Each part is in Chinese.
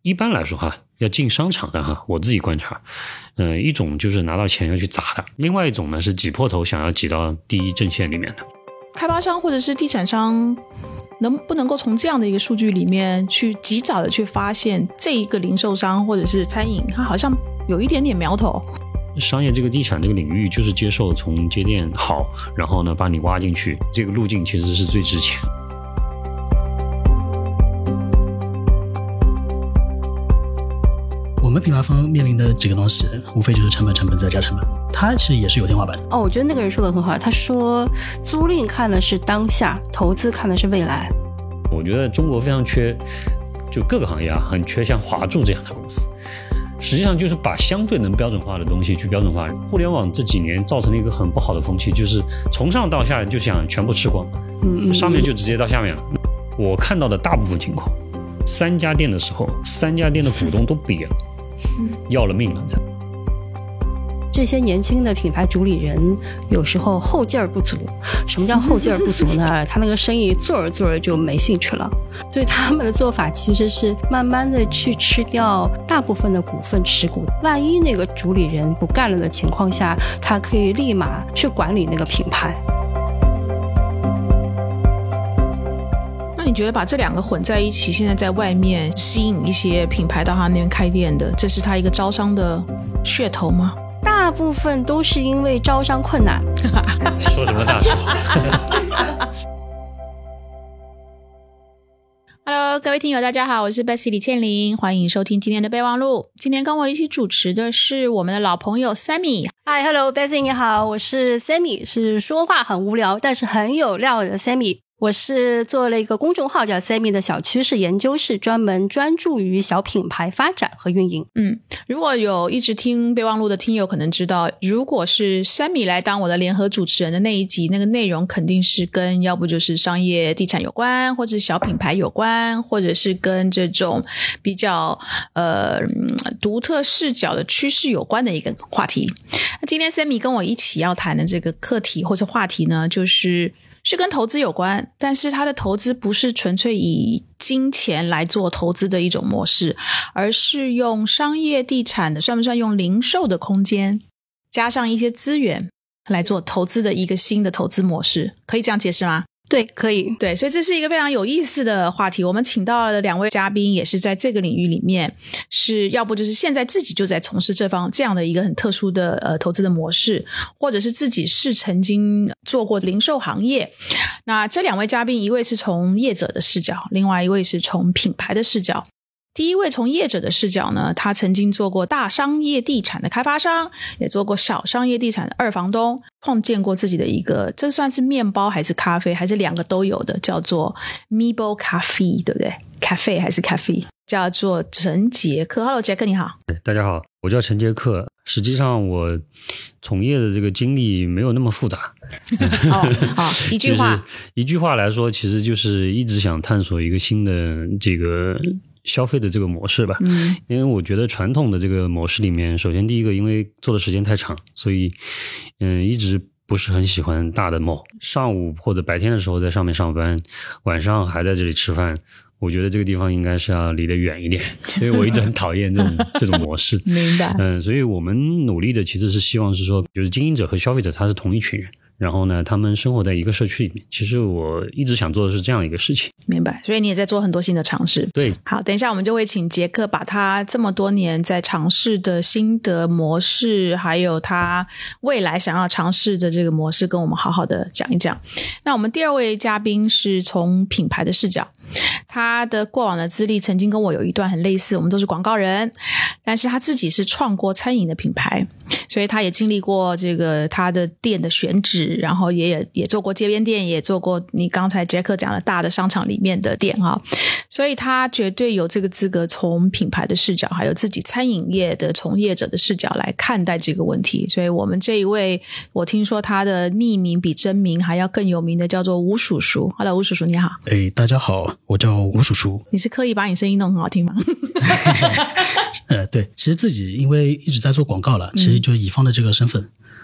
一般来说要进商场的我自己观察，一种就是拿到钱要去砸的，另外一种呢是挤破头想要挤到第一阵线里面的。 开发商或者是地产商能不能够从这样的一个数据里面去及早的去发现这一个零售商或者是餐饮它好像有一点点苗头？ 商业这个地产这个领域就是接受从接店好，然后呢把你挖进去，这个路径其实是最值钱。 我们品牌方面临的几个东西无非就是成本再加成本，它其实也是有天花板的。 我觉得那个人说的很好，他说租赁看的是当下，投资看的是未来。 我觉得中国非常缺，就各个行业很缺像华住这样的公司，实际上就是把相对能标准化的东西去标准化。互联网这几年造成了一个很不好的风气，就是从上到下就想全部吃光，上面就直接到下面了。我看到的大部分情况，3家店的时候，3家店的股东都瘪了，要了命了。 这些年轻的品牌主理人有时候后劲儿不足。什么叫后劲儿不足呢？他那个生意做着做着就没兴趣了，所以他们的做法其实是慢慢的去吃掉大部分的股份持股。万一那个主理人不干了的情况下，他可以立马去管理那个品牌。 那你觉得把这两个混在一起，现在在外面吸引一些品牌到他那边开店的，这是他一个招商的噱头吗？ 大部分都是因为招商困难。 说什么大实话。 Hello， 各位听友大家好，我是 Bessy 李倩玲，欢迎收听今天的备忘录。今天跟我一起主持的是我们的老朋友 Sammy。Hi Hello Bessy 你好，我是 Sammy， 是说话很无聊但是很有料的 Sammy。我是做了一个公众号叫 Sammy 的小趋势研究室，专注于小品牌发展和运营。 如果有一直听备忘录的听友可能知道，如果是 Sammy 来当我的联合主持人的那一集，那个内容肯定是跟要不就是商业地产有关，或者是小品牌有关，或者是跟这种比较独特视角的趋势有关的一个话题。那今天 Sammy 跟我一起要谈的这个课题或者话题呢，是跟投资有关，但是它的投资不是纯粹以金钱来做投资的一种模式，而是用商业地产的，算不算用零售的空间加上一些资源来做投资的一个新的投资模式，可以这样解释吗？ 对，可以。 对，所以这是一个非常有意思的话题。我们请到了2位嘉宾，也是在这个领域里面，是要不就是现在自己就在从事这样的一个很特殊的投资的模式，或者是自己是曾经做过零售行业。那这2位嘉宾，一位是从业者的视角，另外一位是从品牌的视角。第一位从业者的视角呢，他曾经做过大商业地产的开发商，也做过小商业地产的二房东，创建过自己的一个，这算是面包还是咖啡还是2个都有的，叫做 Meebo Cafe， 对不对？咖啡还是咖啡，叫做陈杰克。 Hello 杰克你好。 大家好，我叫陈杰克。实际上我从业的这个经历没有那么复杂。 一句话、 就是一句话来说，其实就是一直想探索一个新的这个消费的这个模式吧。因为我觉得传统的这个模式里面，首先第一个因为做的时间太长，所以一直不是很喜欢大的 mall， 上午或者白天的时候在上面上班，晚上还在这里吃饭，我觉得这个地方应该是要离得远一点，所以我一直很讨厌这种模式。 明白。 所以我们努力的其实是希望是说，就是经营者和消费者他是同一群人，然后呢他们生活在一个社区里面。其实我一直想做的是这样一个事情。 明白。所以你也在做很多新的尝试。 对。 好，等一下我们就会请杰克把他这么多年在尝试的心得模式，还有他未来想要尝试的这个模式跟我们好好的讲一讲。那我们第2位嘉宾是从品牌的视角，他的过往的资历曾经跟我有一段很类似，我们都是广告人，但是他自己是创过餐饮的品牌，所以他也经历过这个他的店的选址，然后也做过街边店，也做过你刚才杰克讲的大的商场里面的店哈，所以他绝对有这个资格从品牌的视角，还有自己餐饮业的从业者的视角来看待这个问题。所以我们这一位，我听说他的匿名比真名还要更有名的，叫做吴叔叔。Hello， 吴叔叔你好。 大家好，我叫吴叔叔。 你是刻意把你声音弄很好听吗？ 对，其实自己因为一直在做广告了，其实就是乙方的这个身份，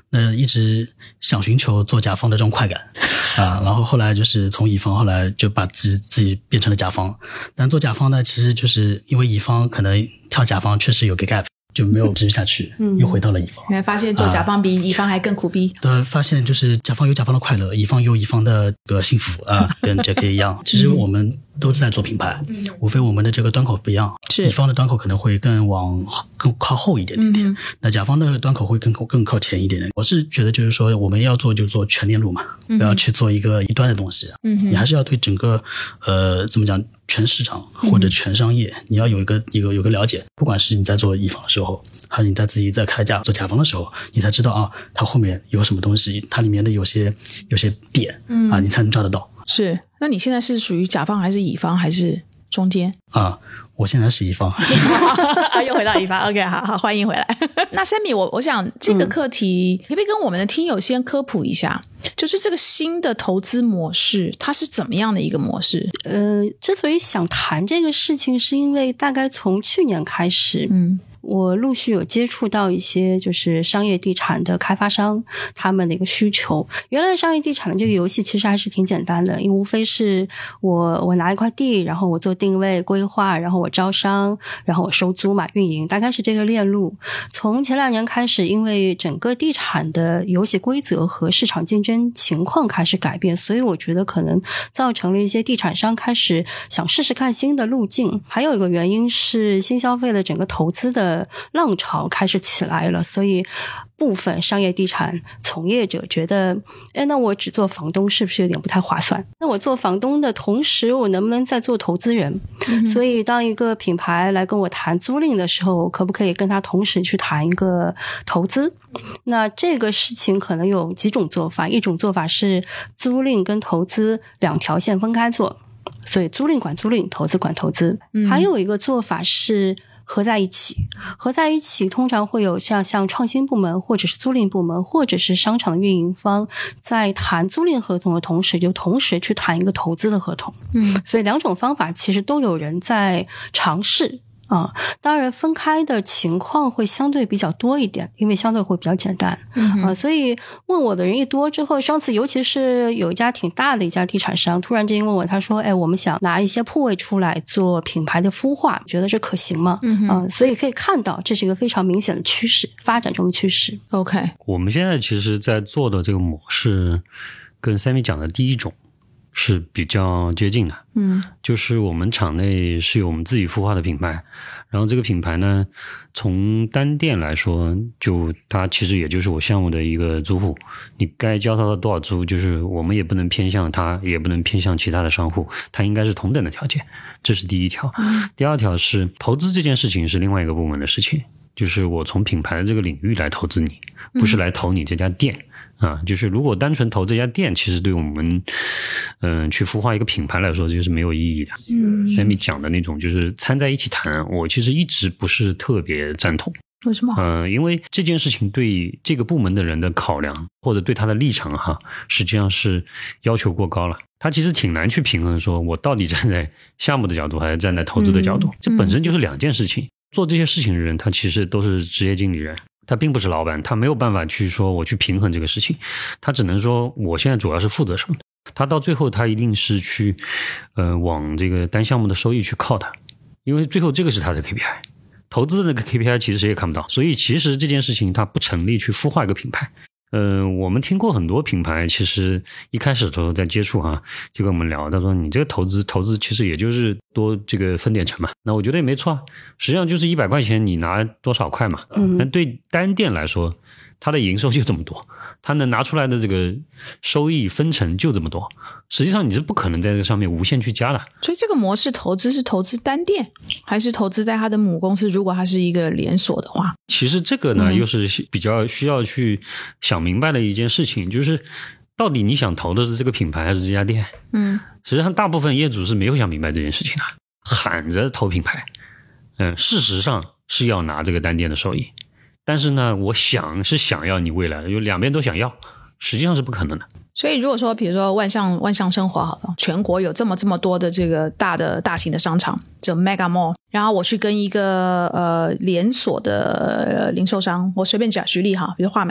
一直想寻求做甲方的这种快感啊，然后后来就是从乙方，后来就把自己变成了甲方。但做甲方呢，其实就是因为乙方可能跳甲方确实有个 gap， 就没有持续下去，又回到了乙方。 你还发现做甲方比乙方还更苦逼。 对，发现就是甲方有甲方的快乐，乙方有乙方的幸福啊，跟 Jack 一样。其实我们都是在做品牌，无非我们的这个端口不一样。 是乙方的端口可能会更靠后一点点，那甲方的端口会更靠前一点点。我是觉得就是说，我们要做就做全链路嘛，不要去做一端的东西。你还是要对整个怎么讲全市场或者全商业，你要有一个了解。不管是你在做乙方的时候，还是你在自己在开价做甲方的时候，你才知道啊，它后面有什么东西，它里面的有些点啊，你才能抓得到。 是，那你现在是属于甲方还是乙方还是中间啊？我现在是乙方又回到乙方。 OK， 好，欢迎回来。那 Sammy， 我想这个课题可不可以跟我们的听友先科普一下，就是这个新的投资模式它是怎么样的一个模式？ 之所以想谈这个事情，是因为大概从去年开始我陆续有接触到一些就是商业地产的开发商他们的一个需求。原来商业地产的这个游戏其实还是挺简单的，因为无非是我拿一块地，然后我做定位规划，然后我招商，然后我收租嘛，运营，大概是这个链路。从前2年开始，因为整个地产的游戏规则和市场竞争情况开始改变，所以我觉得可能造成了一些地产商开始想试试看新的路径。还有一个原因是新消费的整个投资的浪潮开始起来了，所以部分商业地产从业者觉得，那我只做房东是不是有点不太划算？那我做房东的同时，我能不能再做投资人？所以当一个品牌来跟我谈租赁的时候，我可不可以跟他同时去谈一个投资？那这个事情可能有几种做法，一种做法是租赁跟投资2条线分开做，所以租赁管租赁，投资管投资。还有一个做法是合在一起，通常会有像创新部门或者是租赁部门或者是商场的运营方在谈租赁合同的同时，就同时去谈一个投资的合同。所以2种方法其实都有人在尝试啊，当然分开的情况会相对比较多一点，因为相对会比较简单。所以问我的人一多之后，上次尤其是有一家挺大的一家地产商突然间问我，他说我们想拿一些铺位出来做品牌的孵化，觉得这可行吗？所以可以看到这是一个非常明显的趋势，发展中的趋势。 OK， 我们现在其实在做的这个模式跟 Sammy 讲的第一种是比较接近的。就是我们场内是有我们自己孵化的品牌，然后这个品牌呢，从单店来说，就它其实也就是我项目的一个租户，你该交到多少租，就是我们也不能偏向他，也不能偏向其他的商户，它应该是同等的条件，这是第一条。第二条是投资这件事情是另外一个部门的事情，就是我从品牌的这个领域来投资你，不是来投你这家店。就是如果单纯投这家店，其实对我们去孵化一个品牌来说就是没有意义的。Sammy 讲的那种就是掺在一起谈，我其实一直不是特别赞同。 为什么？ 因为这件事情对这个部门的人的考量或者对他的立场实际上是要求过高了，他其实挺难去平衡说我到底站在项目的角度还是站在投资的角度，这本身就是2件事情。做这些事情的人他其实都是职业经理人，他并不是老板，他没有办法去说我去平衡这个事情，他只能说我现在主要是负责什么，他到最后他一定是去往这个单项目的收益去靠他，因为最后这个是他的 KPI， 投资的那个 KPI 其实谁也看不到，所以其实这件事情它不成立去孵化一个品牌。我们听过很多品牌，其实一开始的时候在接触就跟我们聊，他说你这个投资其实也就是多这个分点成嘛，那我觉得也没错实际上就是100块钱你拿多少块嘛。但对单店来说，它的营收就这么多，它能拿出来的这个收益分成就这么多，实际上你是不可能在这个上面无限去加的。 所以这个模式投资是投资单店，还是投资在它的母公司，如果它是一个连锁的话？ 其实这个呢又是比较需要去想明白的一件事情，就是到底你想投的是这个品牌还是这家店。实际上大部分业主是没有想明白这件事情的，喊着投品牌，事实上是要拿这个单店的收益，但是呢我想要你未来的，就2边都想要，实际上是不可能的。 所以如果说比如说万象生活好了，全国有这么多的这个大型的商场，就 Mega Mall， 然后我去跟一个连锁的零售商，我随便举例比如画眉，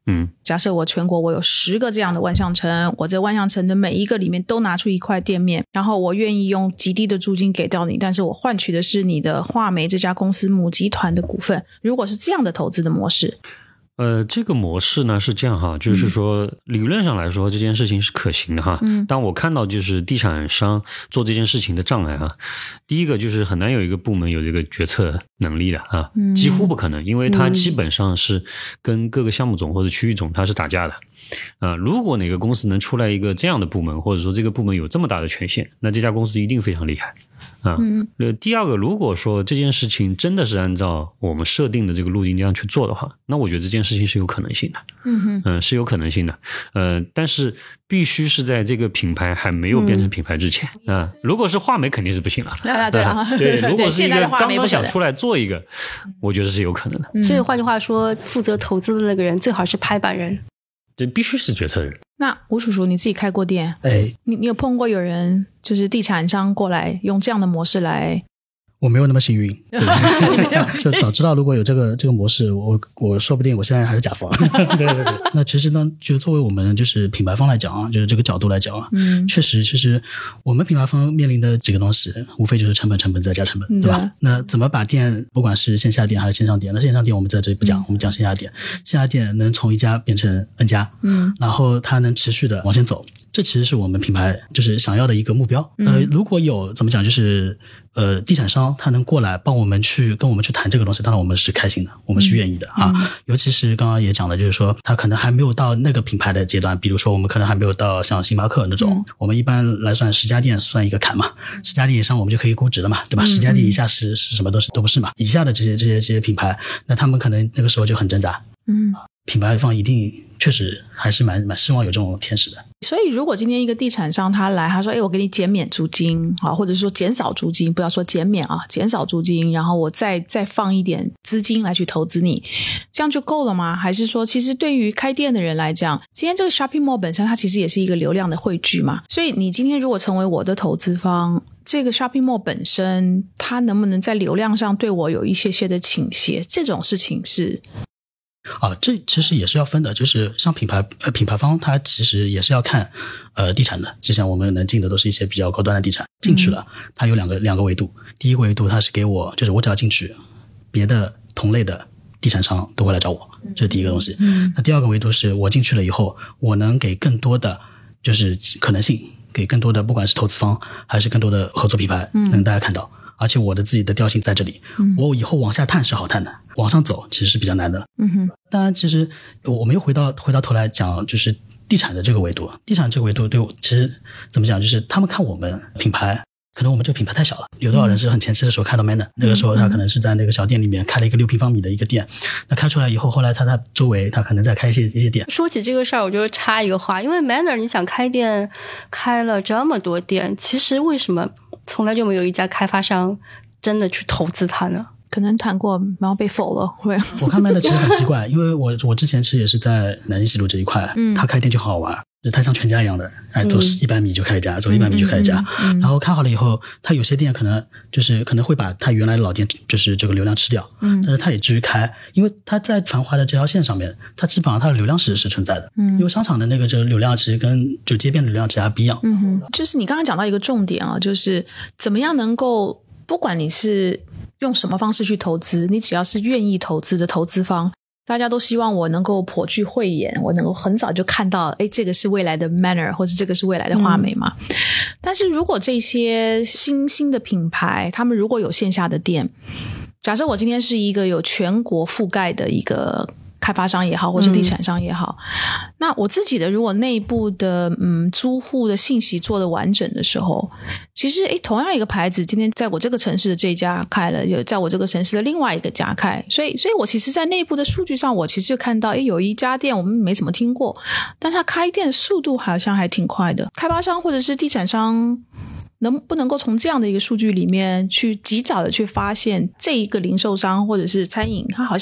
假设我全国我有10个这样的万象城，我这万象城的每一个里面都拿出一块店面，然后我愿意用极低的租金给到你，但是我换取的是你的画眉这家公司母集团的股份。如果是这样的投资的模式， 这个模式呢是这样哈，就是说理论上来说这件事情是可行的哈。但我看到就是地产商做这件事情的障碍啊，第一个就是很难有一个部门有这个决策能力的啊，几乎不可能，因为它基本上是跟各个项目总或者区域总它是打架的啊。如果哪个公司能出来一个这样的部门，或者说这个部门有这么大的权限，那这家公司一定非常厉害。第二个，如果说这件事情真的是按照我们设定的这个路径这样去做的话，那我觉得这件事情是有可能性的。是有可能性的。但是必须是在这个品牌还没有变成品牌之前啊。如果是画眉肯定是不行了。对，如果是一个刚刚想出来做一个，我觉得是有可能的。 所以换句话说，负责投资的那个人最好是拍板人， 这必须是决策人。 那吴叔叔你自己开过店，你有碰过有人就是地产商过来用这样的模式来？ 我没有那么幸运，是早知道如果有这个模式，我说不定我现在还是甲方。对。那其实呢，就作为我们就是品牌方来讲啊，就是这个角度来讲啊，确实其实我们品牌方面临的几个东西，无非就是成本再加成本，对吧？那怎么把店，不管是线下店还是线上店，那线上店我们在这里不讲，我们讲线下店。线下店能从1家变成 N 家，然后它能持续的往前走，这其实是我们品牌就是想要的一个目标。如果有怎么讲，就是地产商他能过来帮我们去跟我们去谈这个东西，当然我们是开心的，我们是愿意的啊。尤其是刚刚也讲的，就是说他可能还没有到那个品牌的阶段，比如说我们可能还没有到像星巴克那种，我们一般来算10家店算一个坎嘛，10家店以上我们就可以估值了嘛，对吧？10家店以下是什么都不是嘛。以下的这些品牌，那他们可能那个时候就很挣扎。品牌方一定确实还是蛮希望有这种天使的。 所以如果今天一个地产商他来，他说我给你减免租金啊，或者说减少租金，不要说减免啊，减少租金，然后我再放一点资金来去投资你，这样就够了吗？还是说其实对于开店的人来讲，今天这个 shopping mall 本身它其实也是一个流量的汇聚嘛，所以你今天如果成为我的投资方，这个 shopping mall 本身它能不能在流量上对我有一些的倾斜，这种事情是这其实也是要分的，就是像品牌方他其实也是要看地产的。之前我们能进的都是一些比较高端的地产，进去了它有两个维度。第一个维度它是给我，就是我只要进去，别的同类的地产商都会来找我，这是第一个东西。那第二个维度是我进去了以后，我能给更多的就是可能性，给更多的不管是投资方还是更多的合作品牌能大家看到。而且我的自己的调性在这里，我以后往下探是好探的，往上走其实是比较难的。当然其实我们又回到头来讲，就是地产的这个维度，地产这个维度对我其实怎么讲，就是他们看我们品牌，可能我们这个品牌太小了，有多少人是很前期的时候看到 Manner， 那个时候他可能是在那个小店里面开了一个6平方米的一个店，那开出来以后，后来他周围他可能再开一些店。 说起这个事儿，我就插一个话，因为 Manner 你想开店开了这么多店，其实为什么从来就没有一家开发商真的去投资它呢？ 可能谈过然后被否了。 我看 Manner 其实很奇怪，因为我之前其实也是在南京西路这一块，他开店就好好玩，他像全家一样的，走100米就开一家，走100米就开一家。然后开好了以后，他有些店可能会把他原来的老店就是这个流量吃掉，但是他也至于开，因为他在繁华的这条线上面，他基本上他的流量是存在的。因为商场的那个这个流量其实跟就街边的流量其实还不一样。 就是你刚刚讲到一个重点啊，就是怎么样能够，不管你是用什么方式去投资，你只要是愿意投资的投资方，大家都希望我能够颇具慧眼，我能够很早就看到这个是未来的 Manner 或者这个是未来的画眉嘛。但是如果这些新的品牌他们如果有线下的店，假设我今天是一个有全国覆盖的一个开发商也好，或是地产商也好，那我自己的如果内部的租户的信息做得完整的时候，其实同样一个牌子今天在我这个城市的这一家开了，有在我这个城市的另外一个家开，所以我其实在内部的数据上，我其实就看到有一家店我们没怎么听过，但是它开店速度好像还挺快的。开发商或者是地产商能不能够从这样的一个数据里面去及早的去发现这一个零售商或者是餐饮它好像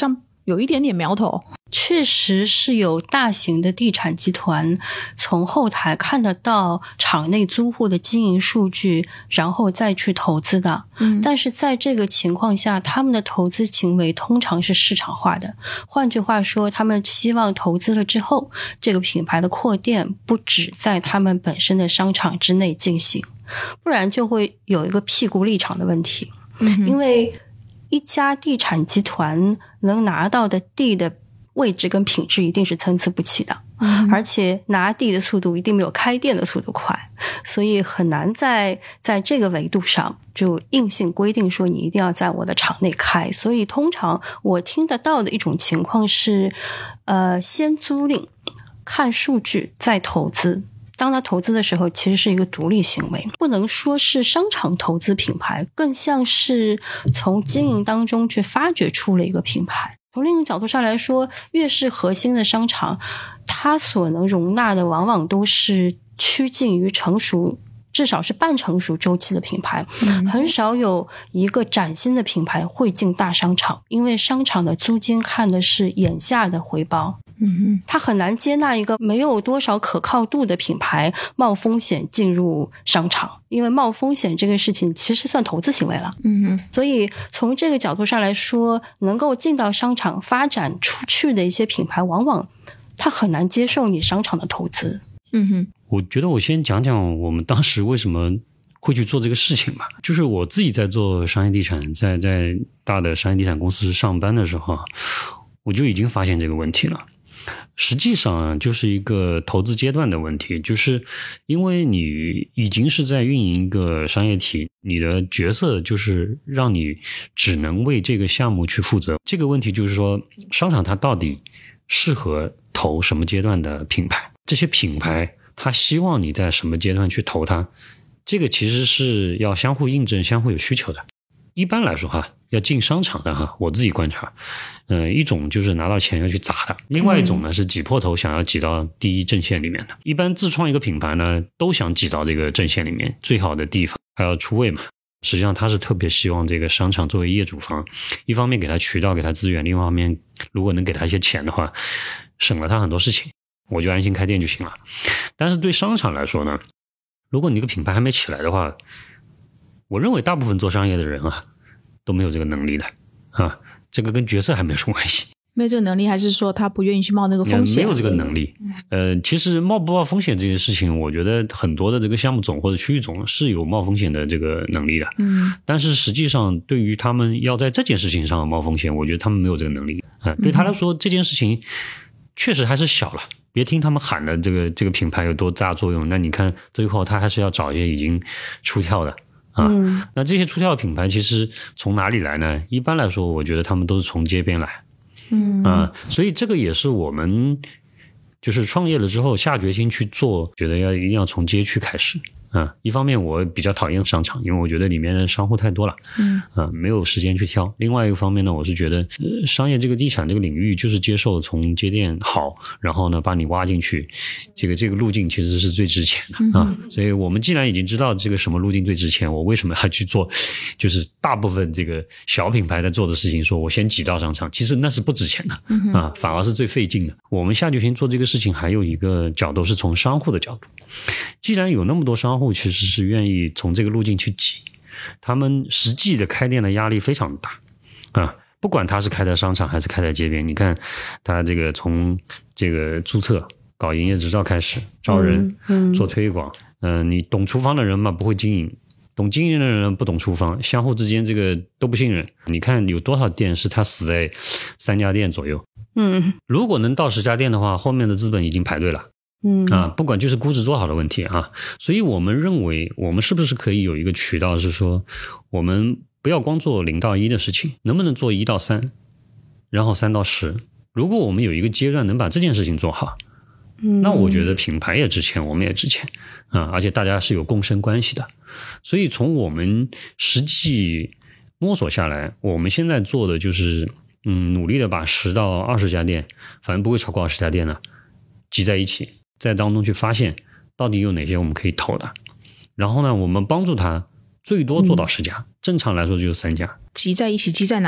有一点点苗头。 确实是有大型的地产集团从后台看得到场内租户的经营数据，然后再去投资的。但是在这个情况下，他们的投资行为通常是市场化的。换句话说，他们希望投资了之后，这个品牌的扩店不只在他们本身的商场之内进行，不然就会有一个屁股立场的问题。因为一家地产集团能拿到的地的位置跟品质一定是参差不齐的，而且拿地的速度一定没有开店的速度快，所以很难在这个维度上就硬性规定说你一定要在我的场内开。所以通常我听得到的一种情况是先租赁看数据再投资。当他投资的时候其实是一个独立行为，不能说是商场投资品牌，更像是从经营当中去发掘出了一个品牌。从另一个角度上来说，越是核心的商场，它所能容纳的往往都是趋近于成熟，至少是半成熟周期的品牌。很少有一个崭新的品牌会进大商场，因为商场的租金看的是眼下的回报。它很难接纳一个没有多少可靠度的品牌冒风险进入商场，因为冒风险这个事情其实算投资行为了。所以从这个角度上来说，能够进到商场发展出去的一些品牌，往往它很难接受你商场的投资。 我觉得我先讲讲我们当时为什么会去做这个事情吧。就是我自己在做商业地产，在大的商业地产公司上班的时候，我就已经发现这个问题了。实际上就是一个投资阶段的问题，就是因为你已经是在运营一个商业体，你的角色就是让你只能为这个项目去负责。这个问题就是说，商场它到底适合投什么阶段的品牌，这些品牌它希望你在什么阶段去投它，这个其实是要相互印证、相互有需求的。一般来说要进商场的我自己观察，一种就是拿到钱要去砸的，另外一种呢是挤破头想要挤到第一阵线里面的。一般自创一个品牌呢，都想挤到这个阵线里面，最好的地方还要出位嘛。实际上他是特别希望这个商场作为业主方，一方面给他渠道给他资源，另外一方面如果能给他一些钱的话，省了他很多事情，我就安心开店就行了。但是对商场来说呢，如果你这个品牌还没起来的话，我认为大部分做商业的人都没有这个能力的这个跟角色还没有什么关系。 没有这个能力，还是说他不愿意去冒那个风险？ 没有这个能力。其实冒不冒风险这件事情，我觉得很多的这个项目总或者区域总是有冒风险的这个能力的。但是实际上对于他们要在这件事情上冒风险，我觉得他们没有这个能力。对他来说这件事情确实还是小了。别听他们喊的这个品牌有多大作用，那你看最后他还是要找一些已经出跳的。那这些出跳的品牌其实从哪里来呢？一般来说我觉得他们都是从街边来。所以这个也是我们就是创业了之后下决心去做，觉得一定要从街区开始。一方面我比较讨厌商场，因为我觉得里面的商户太多了，没有时间去挑。另外一个方面呢，我是觉得商业这个地产这个领域就是接受从接店好，然后呢把你挖进去，这个路径其实是最值钱的所以我们既然已经知道这个什么路径最值钱，我为什么要去做就是大部分这个小品牌在做的事情，说我先挤到商场，其实那是不值钱的反而是最费劲的。我们下决心做这个事情还有一个角度是从商户的角度，既然有那么多商户其实是愿意从这个路径去挤，他们实际的开店的压力非常大不管他是开在商场还是开在街边，你看他这个从这个注册搞营业执照开始招人做推广，你懂厨房的人嘛不会经营，懂经营的人不懂厨房，相互之间这个都不信任。你看有多少店是他死在3家店左右，如果能到10家店的话，后面的资本已经排队了。不管就是估值多好的问题所以我们认为我们是不是可以有一个渠道是说，我们不要光做0到1的事情，能不能做1到3，然后3到10。如果我们有一个阶段能把这件事情做好，那我觉得品牌也值钱，我们也值钱而且大家是有共生关系的。所以从我们实际摸索下来，我们现在做的就是努力的把10到20家店，反正不会超过20家店了，集在一起，在当中去发现到底有哪些我们可以投的，然后呢我们帮助他最多做到10家，正常来说就是3家。 集在一起，集在哪里？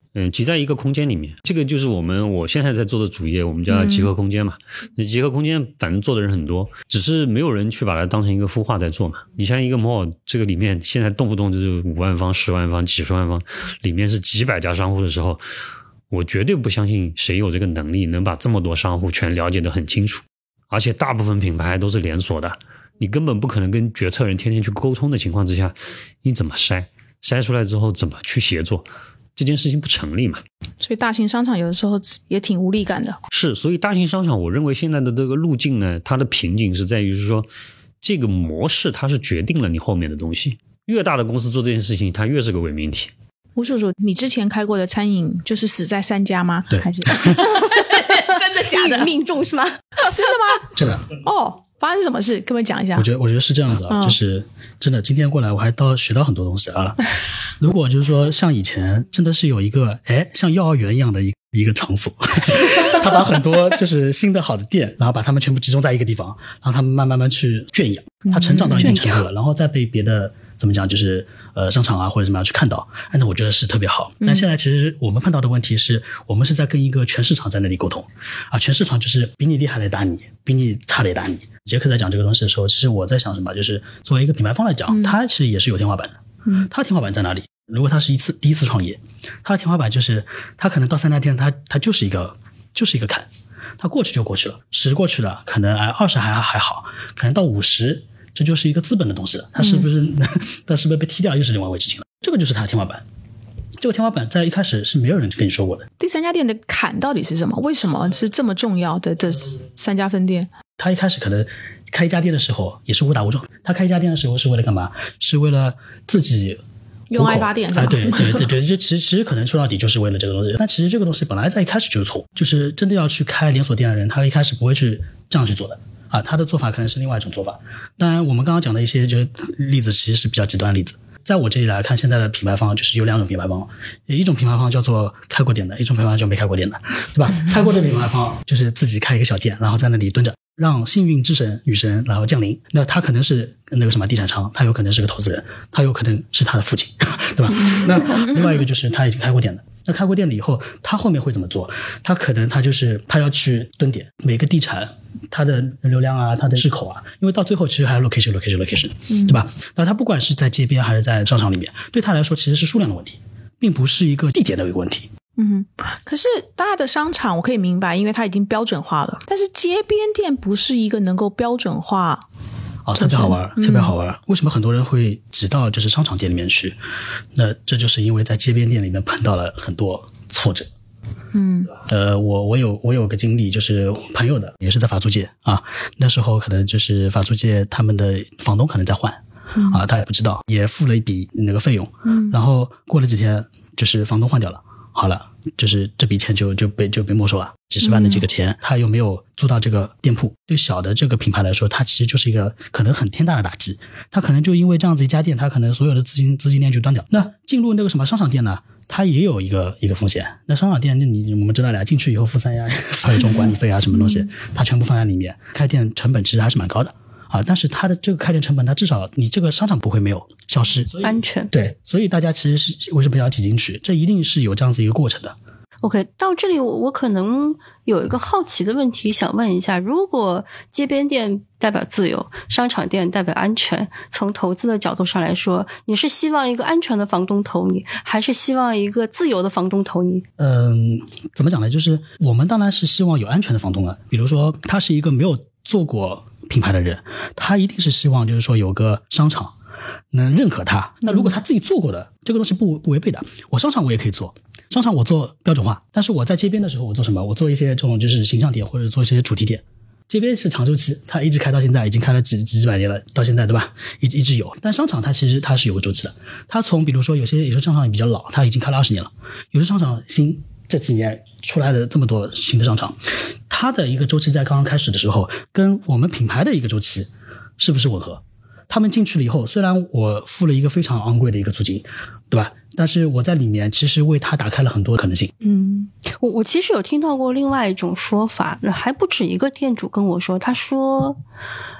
集在一个空间里面。这个就是我现在在做的主业，我们叫集合空间嘛。集合空间反正做的人很多，只是没有人去把它当成一个孵化在做嘛。你像一个 mall， 这个里面现在动不动就是5万方、10万方、几十万方，里面是几百家商户的时候，我绝对不相信谁有这个能力能把这么多商户全了解得很清楚。而且大部分品牌都是连锁的，你根本不可能跟决策人天天去沟通的情况之下，你怎么筛出来之后怎么去协作，这件事情不成立嘛。 所以大型商场有的时候也挺无力感的。 是，所以大型商场我认为现在的这个路径呢，它的瓶颈是在于是说这个模式它是决定了你后面的东西，越大的公司做这件事情它越是个伪命题。 吴叔叔，你之前开过的餐饮就是死在3家吗？ 对， 还是真的假的？ 命中是吗？ 真的吗？ 真的。 哦，发生什么事？跟我讲一下。 我觉得是这样子啊，就是真的，今天过来我还学到很多东西啊。如果就是说像以前真的是有一个像幼儿园一样的一个场所，他把很多就是新的好的店，然后把他们全部集中在一个地方，让他们慢慢去圈养，他成长到一定程度了，然后再被别的怎么讲就是商场啊或者怎么样去看到，那我觉得是特别好。但现在其实我们碰到的问题是，我们是在跟一个全市场在那里沟通啊，全市场就是比你厉害的打你，比你差的也打你。杰克在讲这个东西的时候，其实我在想什么，就是作为一个品牌方来讲，他其实也是有天花板的。他天花板在哪里？如果他是第一次创业，他的天花板就是他可能到3家店，他就是一个坎，他过去就过去了，10过去了，可能20还好，可能到50，这就是一个资本的东西了。他是不是被踢掉，又是另外一回事情了。这个就是他的天花板。这个天花板在一开始是没有人跟你说过的。 第3家店的坎到底是什么？为什么是这么重要的这3家分店？ 他一开始可能开一家店的时候也是误打误撞，他开一家店的时候是为了干嘛？是为了自己用爱发电是吧？ 对，这其实可能说到底就是为了这个东西。但其实这个东西本来在一开始就是错误，就是真的要去开连锁店的人，他一开始不会去这样去做的啊，他的做法可能是另外一种做法。当然我们刚刚讲的一些就是例子其实是比较极端的例子。在我这里来看，现在的品牌方就是有2种品牌方，一种品牌方叫做开过店的，一种品牌方叫没开过店的，对吧？开过的品牌方就是自己开一个小店，然后在那里蹲着，让幸运之神女神然后降临。那他可能是那个什么地产商，他有可能是个投资人，他有可能是他的父亲，对吧？那另外一个就是他已经开过店的。那开过店了以后，他后面会怎么做？他可能他要去蹲点，每个地产它的人流量啊，它的市口啊，因为到最后其实还有 location， 对吧？那他不管是在街边还是在商场里面，对他来说其实是数量的问题，并不是一个地点的一个问题。 可是大的商场我可以明白，因为它已经标准化了，但是街边店不是一个能够标准化。 特别好玩，特别好玩。为什么很多人会挤到就是商场店里面去？那这就是因为在街边店里面碰到了很多挫折。我有个经历，就是朋友的，也是在法租界啊。那时候可能就是法租界他们的房东可能在换啊，他也不知道，也付了一笔那个费用。然后过了几天，就是房东换掉了，好了，就是这笔钱就被没收了。几十万的这个钱，他又没有租到这个店铺，对小的这个品牌来说，它其实就是一个可能很天大的打击。他可能就因为这样子一家店，他可能所有的资金链就断掉。那进入那个什么商场店呢，它也有一个风险。那商场店，我们知道了，进去以后付3呀，还有这种管理费啊什么东西，它全部放在里面，开店成本其实还是蛮高的啊。但是它的这个开店成本，它至少你这个商场不会没有消失， 安全。 对，所以大家其实是为什么要挤进去？这一定是有这样子一个过程的。 OK， 到这里我可能有一个好奇的问题想问一下，如果街边店代表自由，商场店代表安全，从投资的角度上来说，你是希望一个安全的房东投你，还是希望一个自由的房东投你？ 怎么讲呢？就是我们当然是希望有安全的房东啊，比如说他是一个没有做过品牌的人，他一定是希望就是说有个商场能认可他。那如果他自己做过的，这个东西不违背的，我商场我也可以做。商场我做标准化，但是我在街边的时候我做什么？我做一些这种就是形象店或者做一些主题店。街边是长周期，它一直开到现在，已经开了几百年了，到现在对吧？一直有。但商场它其实它是有个周期的，它从比如说有些商场比较老，它已经开了20年了，有些商场新这几年出来的这么多新的商场，它的一个周期在刚刚开始的时候，跟我们品牌的一个周期是不是吻合？他们进去了以后，虽然我付了一个非常昂贵的一个租金，对吧？但是我在里面其实为他打开了很多可能性。 我其实有听到过另外一种说法，还不止一个店主跟我说，他说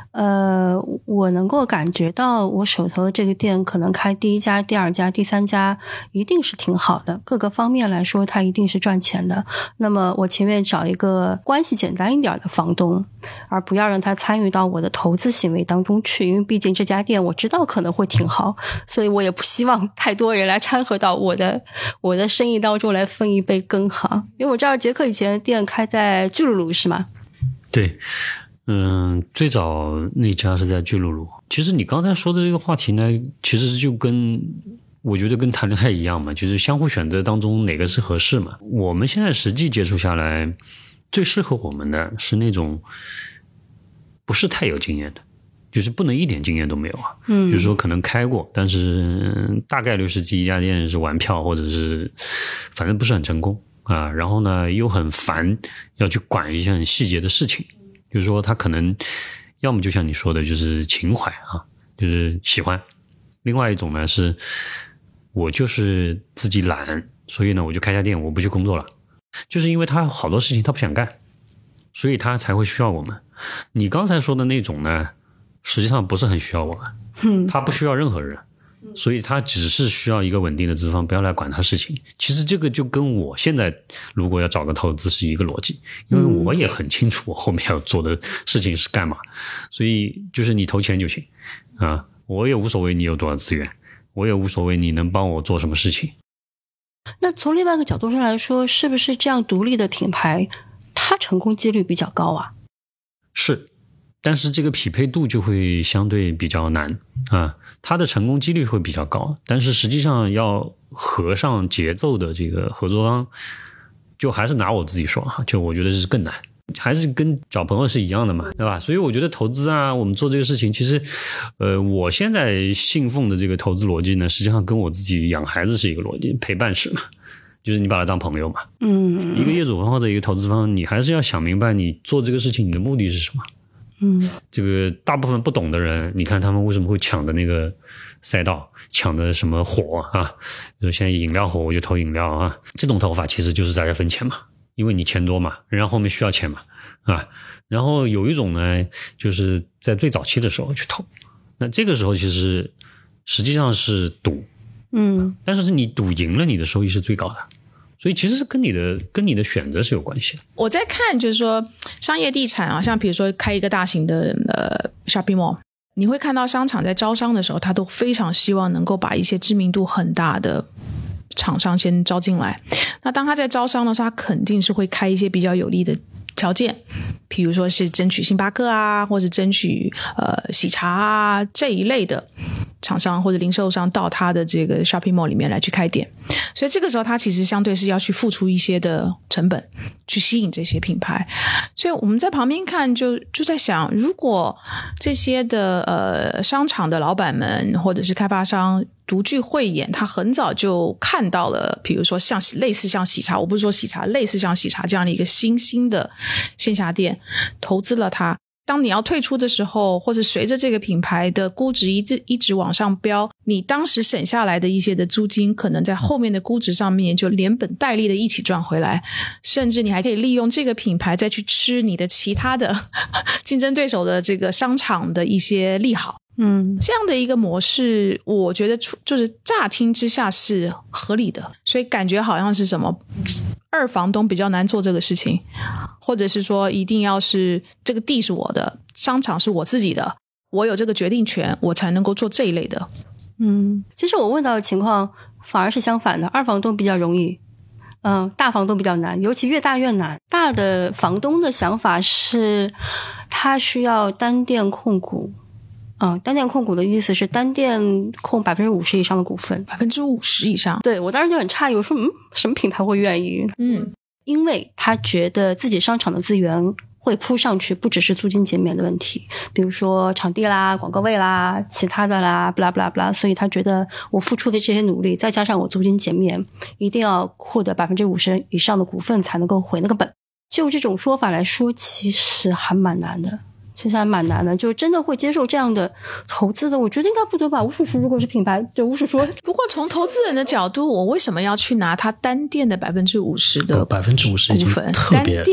我能够感觉到我手头的这个店可能开第一家、第二家、第三家一定是挺好的，各个方面来说它一定是赚钱的。那么我情愿找一个关系简单一点的房东，而不要让他参与到我的投资行为当中去，因为毕竟这家店我知道可能会挺好，所以我也不希望太多人来掺和到我的生意当中来分一杯羹哈。因为我知道杰克以前的店开在巨鹿路是吗？ 对，最早那家是在巨鹿路。其实你刚才说的这个话题呢，其实就我觉得跟谈恋爱一样嘛，就是相互选择当中哪个是合适嘛。我们现在实际接触下来，最适合我们的是那种不是太有经验的，就是不能一点经验都没有啊。就是说可能开过，但是大概率是第一家店是玩票，或者是反正不是很成功啊。然后呢又很烦，要去管一些很细节的事情。就是说他可能要么就像你说的，就是情怀啊，就是喜欢。另外一种呢是我就是自己懒，所以呢我就开家店，我不去工作了。就是因为他好多事情他不想干，所以他才会需要我们。你刚才说的那种呢，实际上不是很需要我们，他不需要任何人，所以他只是需要一个稳定的资方，不要来管他事情。其实这个就跟我现在如果要找个投资是一个逻辑，因为我也很清楚我后面要做的事情是干嘛，所以就是你投钱就行啊，我也无所谓你有多少资源，我也无所谓你能帮我做什么事情。 那从另外一个角度上来说，是不是这样独立的品牌它成功几率比较高啊？ 是，但是这个匹配度就会相对比较难啊，它的成功几率会比较高，但是实际上要合上节奏的这个合作方，就还是拿我自己说哈，就我觉得是更难，还是跟找朋友是一样的嘛，对吧？所以我觉得投资啊，我们做这个事情，其实我现在信奉的这个投资逻辑呢，实际上跟我自己养孩子是一个逻辑，陪伴式嘛，就是你把它当朋友嘛。一个业主方或者一个投资方，你还是要想明白你做这个事情你的目的是什么。这个大部分不懂的人，你看他们为什么会抢的那个赛道，抢的什么火啊？比如现在饮料火，我就投饮料啊。这种投法其实就是大家分钱嘛，因为你钱多嘛，人家后面需要钱嘛啊。然后有一种呢，就是在最早期的时候去投，那这个时候其实实际上是赌，但是你赌赢了，你的收益是最高的。所以其实跟你的选择是有关系的。 我在看就是说商业地产啊，像比如说开一个大型的shopping mall， 你会看到商场在招商的时候，他都非常希望能够把一些知名度很大的厂商先招进来。那当他在招商的时候，他肯定是会开一些比较有利的条件，比如说是争取星巴克啊，或者争取喜茶啊这一类的厂商或者零售商到他的这个 shopping mall 里面来去开店。所以这个时候他其实相对是要去付出一些的成本去吸引这些品牌。所以我们在旁边看就在想，如果这些的商场的老板们或者是开发商独具慧眼，他很早就看到了比如说像类似像喜茶，我不是说喜茶，类似像喜茶这样的一个新的线下店，投资了它。当你要退出的时候，或者随着这个品牌的估值一直往上飙，你当时省下来的一些的租金可能在后面的估值上面就连本带利的一起赚回来，甚至你还可以利用这个品牌再去吃你的其他的竞争对手的这个商场的一些利好。这样的一个模式我觉得就是乍听之下是合理的，所以感觉好像是什么二房东比较难做这个事情，或者是说一定要是这个地是我的，商场是我自己的，我有这个决定权，我才能够做这一类的。 其实我问到的情况反而是相反的，二房东比较容易，大房东比较难，尤其越大越难。大的房东的想法是他需要单店控股。单店控股的意思是单店控 50% 以上的股份。 50%以上？对， 我当时就很诧异，我说什么品牌会愿意？因为他觉得自己商场的资源会铺上去，不只是租金减免的问题，比如说场地啦、广告位啦、其他的啦 blah blah blah， 所以他觉得我付出的这些努力再加上我租金减免，一定要获得 50% 以上的股份才能够回那个本。就这种说法来说，其实还蛮难的，就真的会接受这样的投资的，我觉得应该不多吧。吴叔叔如果是品牌，就吴叔叔。 不过从投资人的角度，我为什么要去拿他单店的 50% 的 50%已经股份？ 特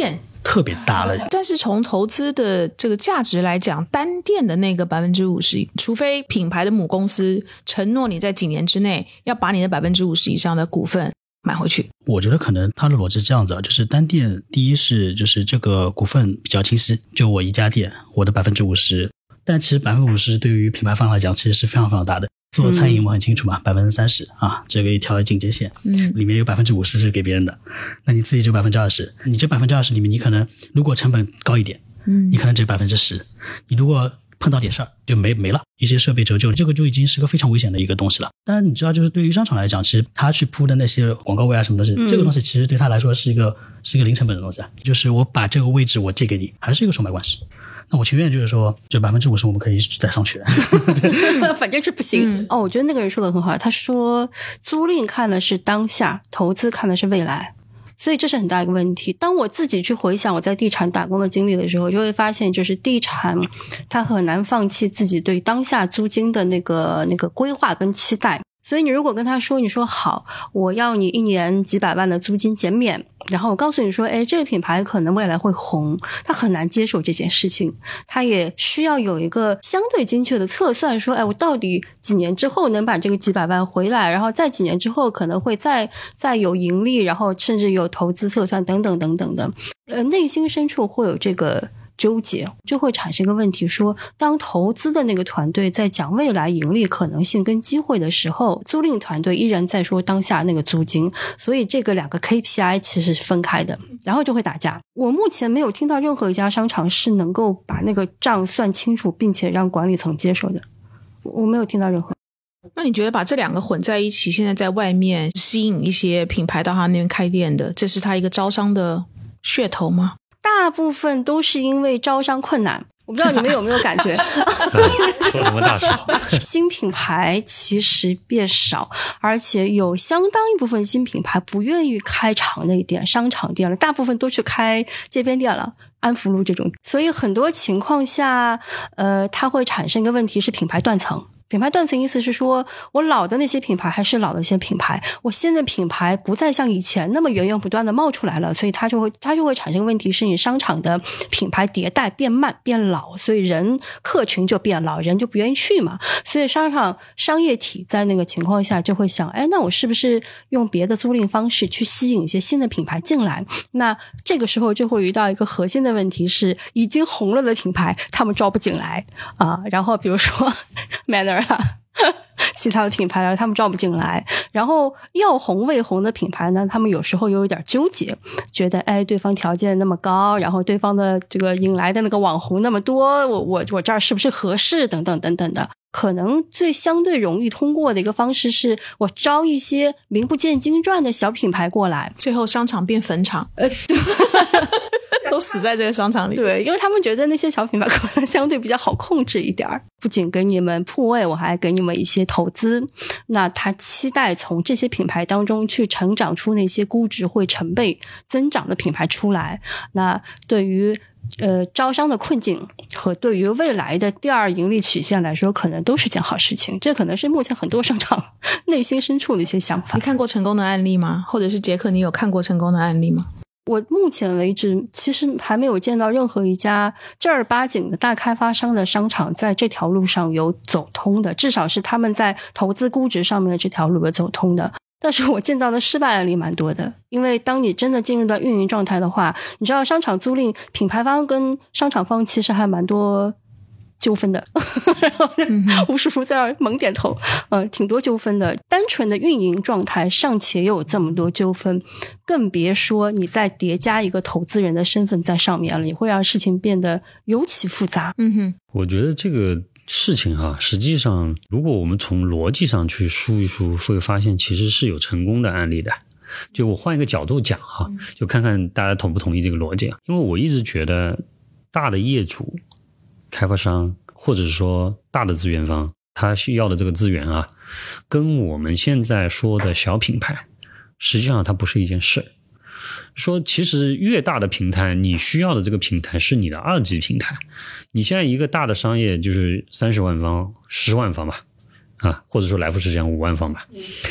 特别大了。 但是从投资的这个价值来讲，单店的那个 50%， 除非品牌的母公司承诺你在几年之内要把你的 50% 以上的股份买回去。 我觉得可能它的逻辑是这样子，就是单店第一是就是这个股份比较清晰，就我一家店我的 50%， 但其实 50% 对于品牌方来讲其实是非常非常大的。做餐饮我很清楚嘛，30%啊，这个一条警戒线，里面有 50% 是给别人的，那你自己就 20%， 你这 20% 里面你可能如果成本高一点，你可能只有 10%， 你如果碰到点事儿就没了，一些设备折旧，这个就已经是个非常危险的一个东西了。当然你知道，就是对于商场来讲，其实他去铺的那些广告位啊什么东西，这个东西其实对他来说是一个零成本的东西，就是我把这个位置我借给你，还是一个售卖关系。那我情愿就是说，这 50% 我们可以再上去反正是不行。我觉得那个人说的很好，他说租赁看的是当下，投资看的是未来。所以这是很大一个问题。当我自己去回想我在地产打工的经历的时候，就会发现就是地产它很难放弃自己对当下租金的那个规划跟期待。所以你如果跟他说，你说好，我要你1年几百万的租金减免，然后我告诉你说，这个品牌可能未来会红，他很难接受这件事情。他也需要有一个相对精确的测算，说我到底几年之后能把这个几百万回来，然后再几年之后可能会再有盈利，然后甚至有投资测算等等等等的。内心深处会有这个纠结，就会产生一个问题，说当投资的那个团队在讲未来盈利可能性跟机会的时候，租赁团队依然在说当下那个租金，所以这个2个 KPI 其实是分开的，然后就会打架。我目前没有听到任何一家商场是能够把那个账算清楚并且让管理层接受的，我没有听到任何。 那你觉得把这2个混在一起，现在在外面吸引一些品牌到他那边开店的，这是他一个招商的噱头吗？ 大部分都是因为招商困难，我不知道你们有没有感觉说什么大实话新品牌其实变少，而且有相当一部分新品牌不愿意开场内店、商场店了，大部分都去开街边店了，安福路这种。所以很多情况下它会产生一个问题，是品牌断层。品牌断层意思是说，我老的那些品牌还是老的那些品牌，我现在品牌不再像以前那么源源不断的冒出来了，所以它就会产生问题，是你商场的品牌迭代变慢变老，所以客群就变老，人就不愿意去嘛。所以商场商业体在那个情况下就会想，那我是不是用别的租赁方式去吸引一些新的品牌进来？那这个时候就会遇到一个核心的问题，是已经红了的品牌他们招不进来啊。然后比如说 Manner其他的品牌他们招不进来，然后要红未红的品牌呢，他们有时候又有点纠结，觉得对方条件那么高，然后对方的这个引来的那个网红那么多，我这儿是不是合适等等等等的。可能最相对容易通过的一个方式是，我招一些名不见经传的小品牌过来， 最后商场变坟场都死在这个商场里。 对，因为他们觉得那些小品牌可能相对比较好控制一点，不仅给你们铺位，我还给你们一些投资。那他期待从这些品牌当中去成长出那些估值会成倍增长的品牌出来。那对于招商的困境和对于未来的第二盈利曲线来说，可能都是件好事情。这可能是目前很多商场内心深处的一些想法。 你看过成功的案例吗？或者是杰克，你有看过成功的案例吗？ 我目前为止其实还没有见到任何一家正儿八经的大开发商的商场在这条路上有走通的，至少是他们在投资估值上面的这条路有走通的。但是我见到的失败案例蛮多的，因为当你真的进入到运营状态的话，你知道商场租赁品牌方跟商场方其实还蛮多纠纷的然后吴师傅在那儿猛点头，挺多纠纷的。单纯的运营状态尚且有这么多纠纷，更别说你再叠加一个投资人的身份在上面了，你会让事情变得尤其复杂。 我觉得这个事情实际上如果我们从逻辑上去梳一梳，会发现其实是有成功的案例的。就我换一个角度讲就看看大家同不同意这个逻辑。因为我一直觉得大的业主、开发商或者说大的资源方，他需要的这个资源跟我们现在说的小品牌实际上它不是一件事。说其实越大的平台，你需要的这个平台是你的二级平台。你现在一个大的商业就是30万方、10万方吧，或者说来福士这样5万方吧。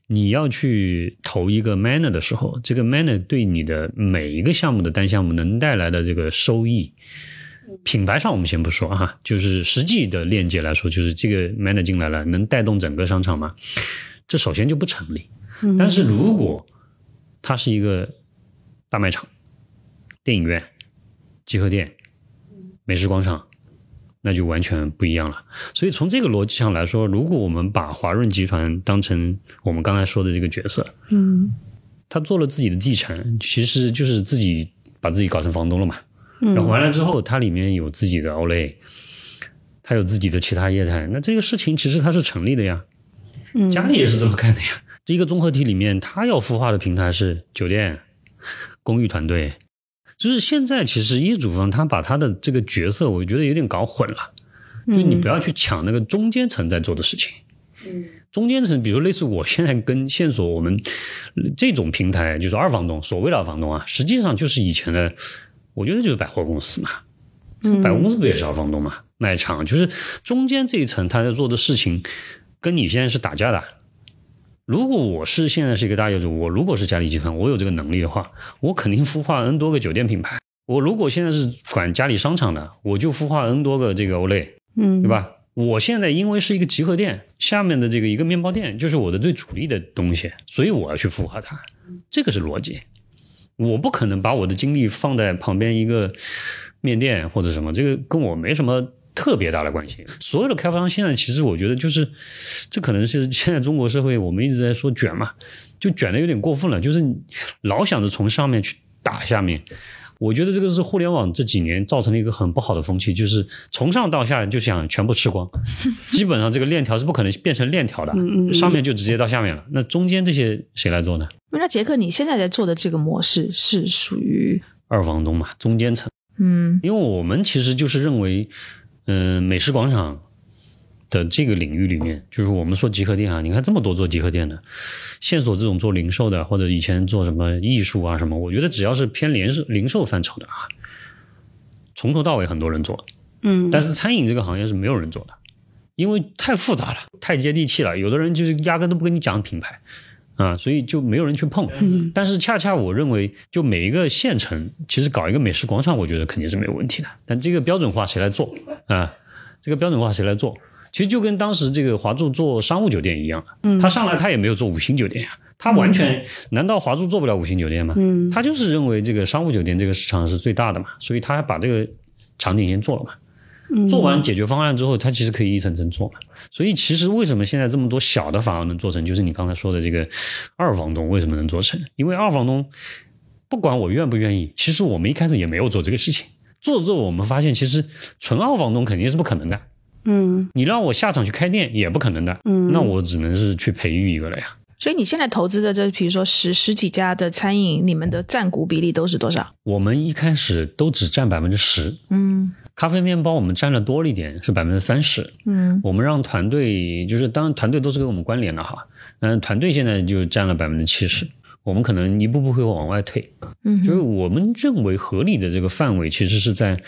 你要去投一个 mana 的时候，这个 mana 对你的每一个项目的单项目能带来的这个收益，品牌上我们先不说啊，就是实际的链接来说，就是这个 mana 进来了能带动整个商场吗？这首先就不成立。但是如果它是一个大卖场、电影院、集合店、美食广场，那就完全不一样了。所以从这个逻辑上来说，如果我们把华润集团当成我们刚才说的这个角色，他做了自己的地产，其实就是自己把自己搞成房东了嘛。然后完了之后，它里面有自己的 Olay， 它有自己的其他业态，那这个事情其实它是成立的呀。家里也是这么干的呀。这一个综合体里面，它要孵化的平台是酒店、公寓团队。就是现在其实业主方他把他的这个角色我觉得有点搞混了，就你不要去抢那个中间层在做的事情。中间层比如类似我现在跟线索我们这种平台，就是二房东，所谓的二房东啊，实际上就是以前的我觉得就是百货公司嘛。百货公司不也是二房东嘛？卖场就是中间这一层他在做的事情跟你现在是打架的。如果我是现在是一个大业主，我如果是嘉里集团，我有这个能力的话，我肯定孵化 N 多个酒店品牌。我如果现在是管嘉里商场的，我就孵化 N 多个这个 Olay， 对吧？我现在因为是一个集合店，下面的这个一个面包店就是我的最主力的东西，所以我要去孵化它，这个是逻辑。我不可能把我的精力放在旁边一个面店或者什么，这个跟我没什么特别大的关系。所有的开发商现在其实我觉得就是这可能是现在中国社会我们一直在说卷嘛，就卷的有点过分了，就是老想着从上面去打下面。我觉得这个是互联网这几年造成了一个很不好的风气，就是从上到下就想全部吃光，基本上这个链条是不可能变成链条的，上面就直接到下面了，那中间这些谁来做呢？ 那杰克你现在在做的这个模式是属于二房东嘛，中间层。因为我们其实就是认为美食广场的这个领域里面，就是我们说集合店啊，你看这么多做集合店的，线索这种做零售的，或者以前做什么艺术啊什么，我觉得只要是偏零售范畴的啊，从头到尾很多人做。但是餐饮这个行业是没有人做的，因为太复杂了，太接地气了，有的人就是压根都不跟你讲品牌啊，所以就没有人去碰。但是恰恰我认为就每一个县城其实搞一个美食广场，我觉得肯定是没有问题的，但这个标准化谁来做啊？这个标准化谁来做？其实就跟当时这个华住做商务酒店一样，他上来他也没有做5星酒店呀，他完全难道华住做不了5星酒店吗？他就是认为这个商务酒店这个市场是最大的嘛，所以他把这个场景先做了嘛。做完解决方案之后，他其实可以一层层做嘛。所以其实为什么现在这么多小的反而能做成，就是你刚才说的这个二房东为什么能做成？因为二房东不管我愿不愿意，其实我们一开始也没有做这个事情，做着做我们发现其实纯二房东肯定是不可能的。你让我下场去开店也不可能的。那我只能是去培育一个了呀。 所以你现在投资的这比如说十几家的餐饮，你们的占股比例都是多少？ 我们一开始都只占 10%。咖啡面包我们占了多了一点，是 30%。我们让团队，就是当然团队都是跟我们关联的哈，团队现在就占了 70%。我们可能一步步会往外退。就是我们认为合理的这个范围其实是在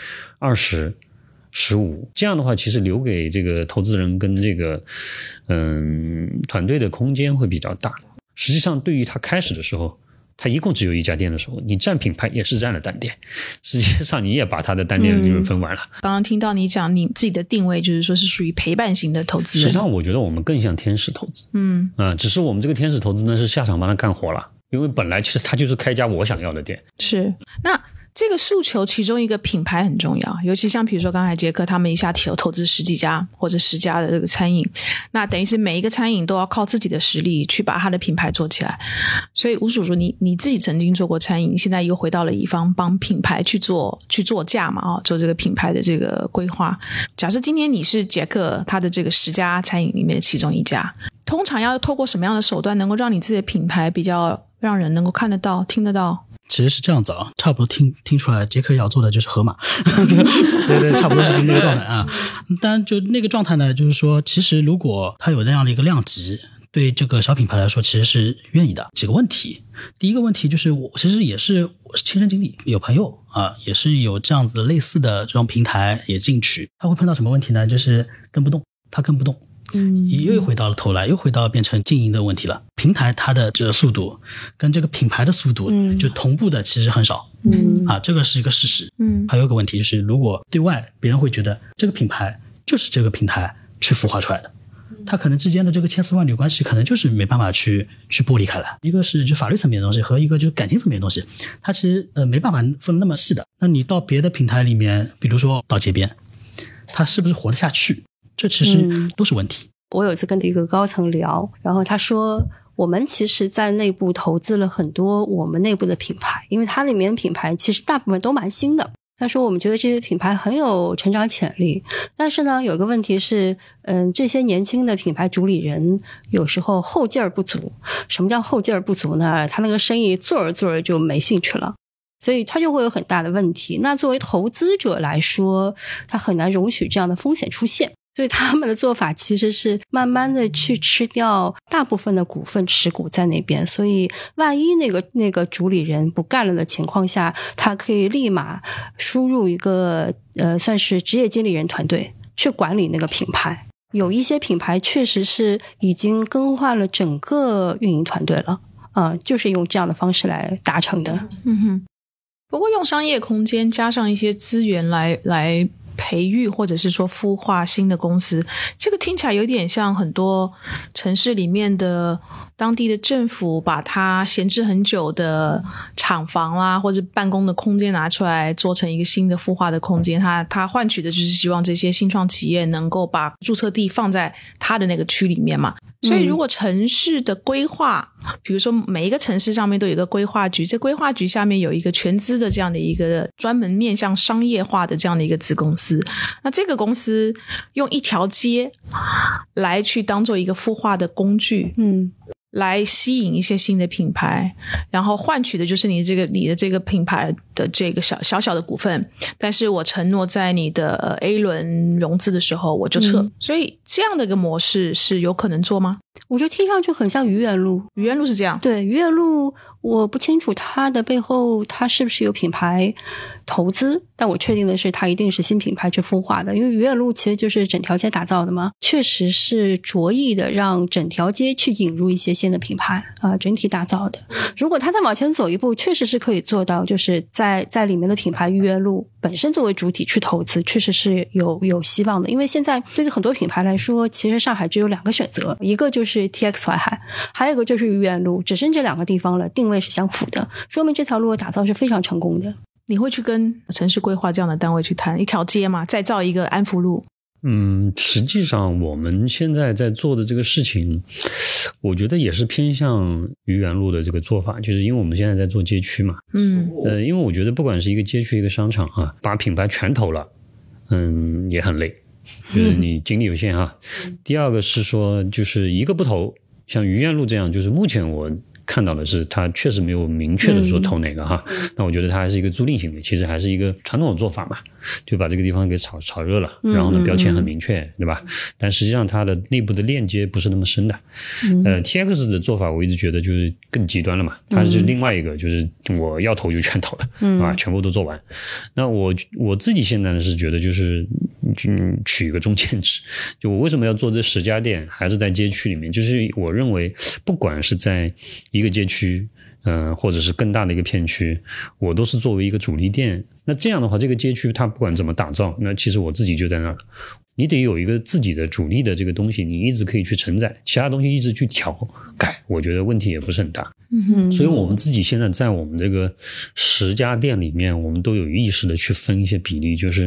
20、15，这样的话其实留给这个投资人跟这个团队的空间会比较大。实际上对于他开始的时候，他一共只有一家店的时候，你占品牌也是占了单店，实际上你也把他的单店的利润分完了。 刚刚听到你讲你自己的定位就是说是属于陪伴型的投资人， 实际上我觉得我们更像天使投资。只是我们这个天使投资呢是下场帮他干活了，因为本来其实他就是开一家我想要的店。 是，那这个诉求其中一个品牌很重要，尤其像比如说刚才杰克他们一下投资10几家或者10家的这个餐饮，那等于是每一个餐饮都要靠自己的实力去把他的品牌做起来。所以吴叔叔你自己曾经做过餐饮，现在又回到了乙方帮品牌去做价嘛，做这个品牌的这个规划。假设今天你是杰克他的这个10家餐饮里面的其中一家，通常要透过什么样的手段能够让你自己的品牌比较让人能够看得到听得到？ 其实是这样子啊，差不多听出来杰克要做的就是盒马。对，差不多是那个状态啊。但就那个状态呢，就是说其实如果他有那样的一个量级，对这个小品牌来说其实是愿意的。几个问题，第一个问题就是我其实也是我是亲身经历，有朋友啊也是有这样子类似的这种平台也进去，他会碰到什么问题呢？就是跟不动，他跟不动。 又回到了头来，又回到变成经营的问题了。平台它的这个速度跟这个品牌的速度就同步的其实很少。这个是一个事实。还有一个问题就是，如果对外别人会觉得这个品牌就是这个平台去孵化出来的，它可能之间的这个千丝万缕关系可能就是没办法去剥离开来。一个是就法律层面的东西和一个就是感情层面的东西，它其实没办法分那么细的。那你到别的平台里面，比如说到街边，它是不是活得下去？这其实都是问题。 我有一次跟一个高层聊，然后他说我们其实在内部投资了很多我们内部的品牌，因为它里面品牌其实大部分都蛮新的。他说我们觉得这些品牌很有成长潜力，但是呢有个问题是这些年轻的品牌主理人有时候后劲儿不足。什么叫后劲儿不足呢？他那个生意做着做着就没兴趣了，所以他就会有很大的问题。那作为投资者来说，他很难容许这样的风险出现，所以他们的做法其实是慢慢的去吃掉大部分的股份持股在那边，所以万一那个主理人不干了的情况下，他可以立马输入一个算是职业经理人团队去管理那个品牌。有一些品牌确实是已经更换了整个运营团队了就是用这样的方式来达成的。 不过用商业空间加上一些资源来培育或者是说孵化新的公司，这个听起来有点像很多城市里面的当地的政府把它闲置很久的厂房啦或者办公的空间拿出来做成一个新的孵化的空间，它换取的就是希望这些新创企业能够把注册地放在它的那个区里面嘛。所以如果城市的规划，比如说每一个城市上面都有一个规划局，这规划局下面有一个全资的这样的一个专门面向商业化的这样的一个子公司，那这个公司用一条街来去当做一个孵化的工具，来吸引一些新的品牌，然后换取的就是你的这个品牌的这个小小的股份，但是我承诺在你的A 轮融资的时候我就撤。所以这样的一个模式是有可能做吗？ 我觉得听上去很像愚园路。 愚园路是这样， 对，愚园路我不清楚它的背后它是不是有品牌投资，但我确定的是它一定是新品牌去孵化的，因为愚园路其实就是整条街打造的嘛，确实是着意的让整条街去引入一些新的品牌整体打造的。如果它再往前走一步，确实是可以做到，就是在里面的品牌愚园路本身作为主体去投资，确实是有希望的。因为现在对于很多品牌来说，其实上海只有两个选择，一个就是 TX 淮海，还有一个就是愚园路，只剩这两个地方了，定位是相符的，说明这条路的打造是非常成功的。 你会去跟城市规划这样的单位去谈一条街吗？再造一个安福路？ 实际上我们现在在做的这个事情，我觉得也是偏向愚园路的这个做法，就是因为我们现在在做街区嘛。因为我觉得不管是一个街区一个商场把品牌全投了，也很累，就是你精力有限第二个是说，就是一个不投，像愚园路这样，就是目前我看到的是它确实没有明确的说投哪个那我觉得它还是一个租赁行为，其实还是一个传统的做法嘛，就把这个地方给炒热了，然后呢标签很明确，对吧？但实际上它的内部的链接不是那么深的。TX 的做法我一直觉得就是更极端了嘛，它是另外一个，就是我要投就全投了全部都做完。那我自己现在呢是觉得就是取一个中间值，就我为什么要做这10家店还是在街区里面，就是我认为不管是在一个街区或者是更大的一个片区，我都是作为一个主力店。那这样的话，这个街区它不管怎么打造，那其实我自己就在那儿，你得有一个自己的主力的这个东西，你一直可以去承载，其他东西一直去调改，我觉得问题也不是很大。所以我们自己现在在我们这个10家店里面，我们都有意识的去分一些比例，就是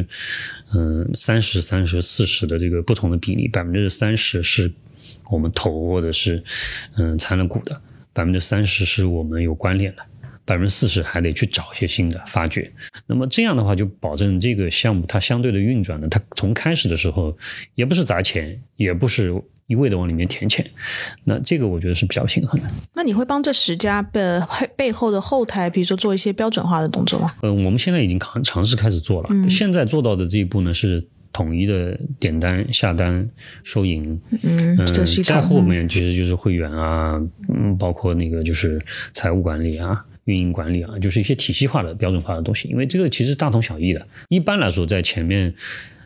30、30、40的这个不同的比例，30%是我们投或者是参了股的，30%是我们有关联的，40%还得去找一些新的发掘。那么这样的话就保证这个项目它相对的运转呢，它从开始的时候也不是砸钱，也不是一味的往里面填钱，那这个我觉得是比较平衡的。 那你会帮这10家背后的后台比如说做一些标准化的动作吗？我们现在已经尝试开始做了，现在做到的这一步呢是统一的点单、下单、收银，在后面其实就是会员包括那个就是财务管理运营管理就是一些体系化的标准化的东西，因为这个其实大同小异的。一般来说在前面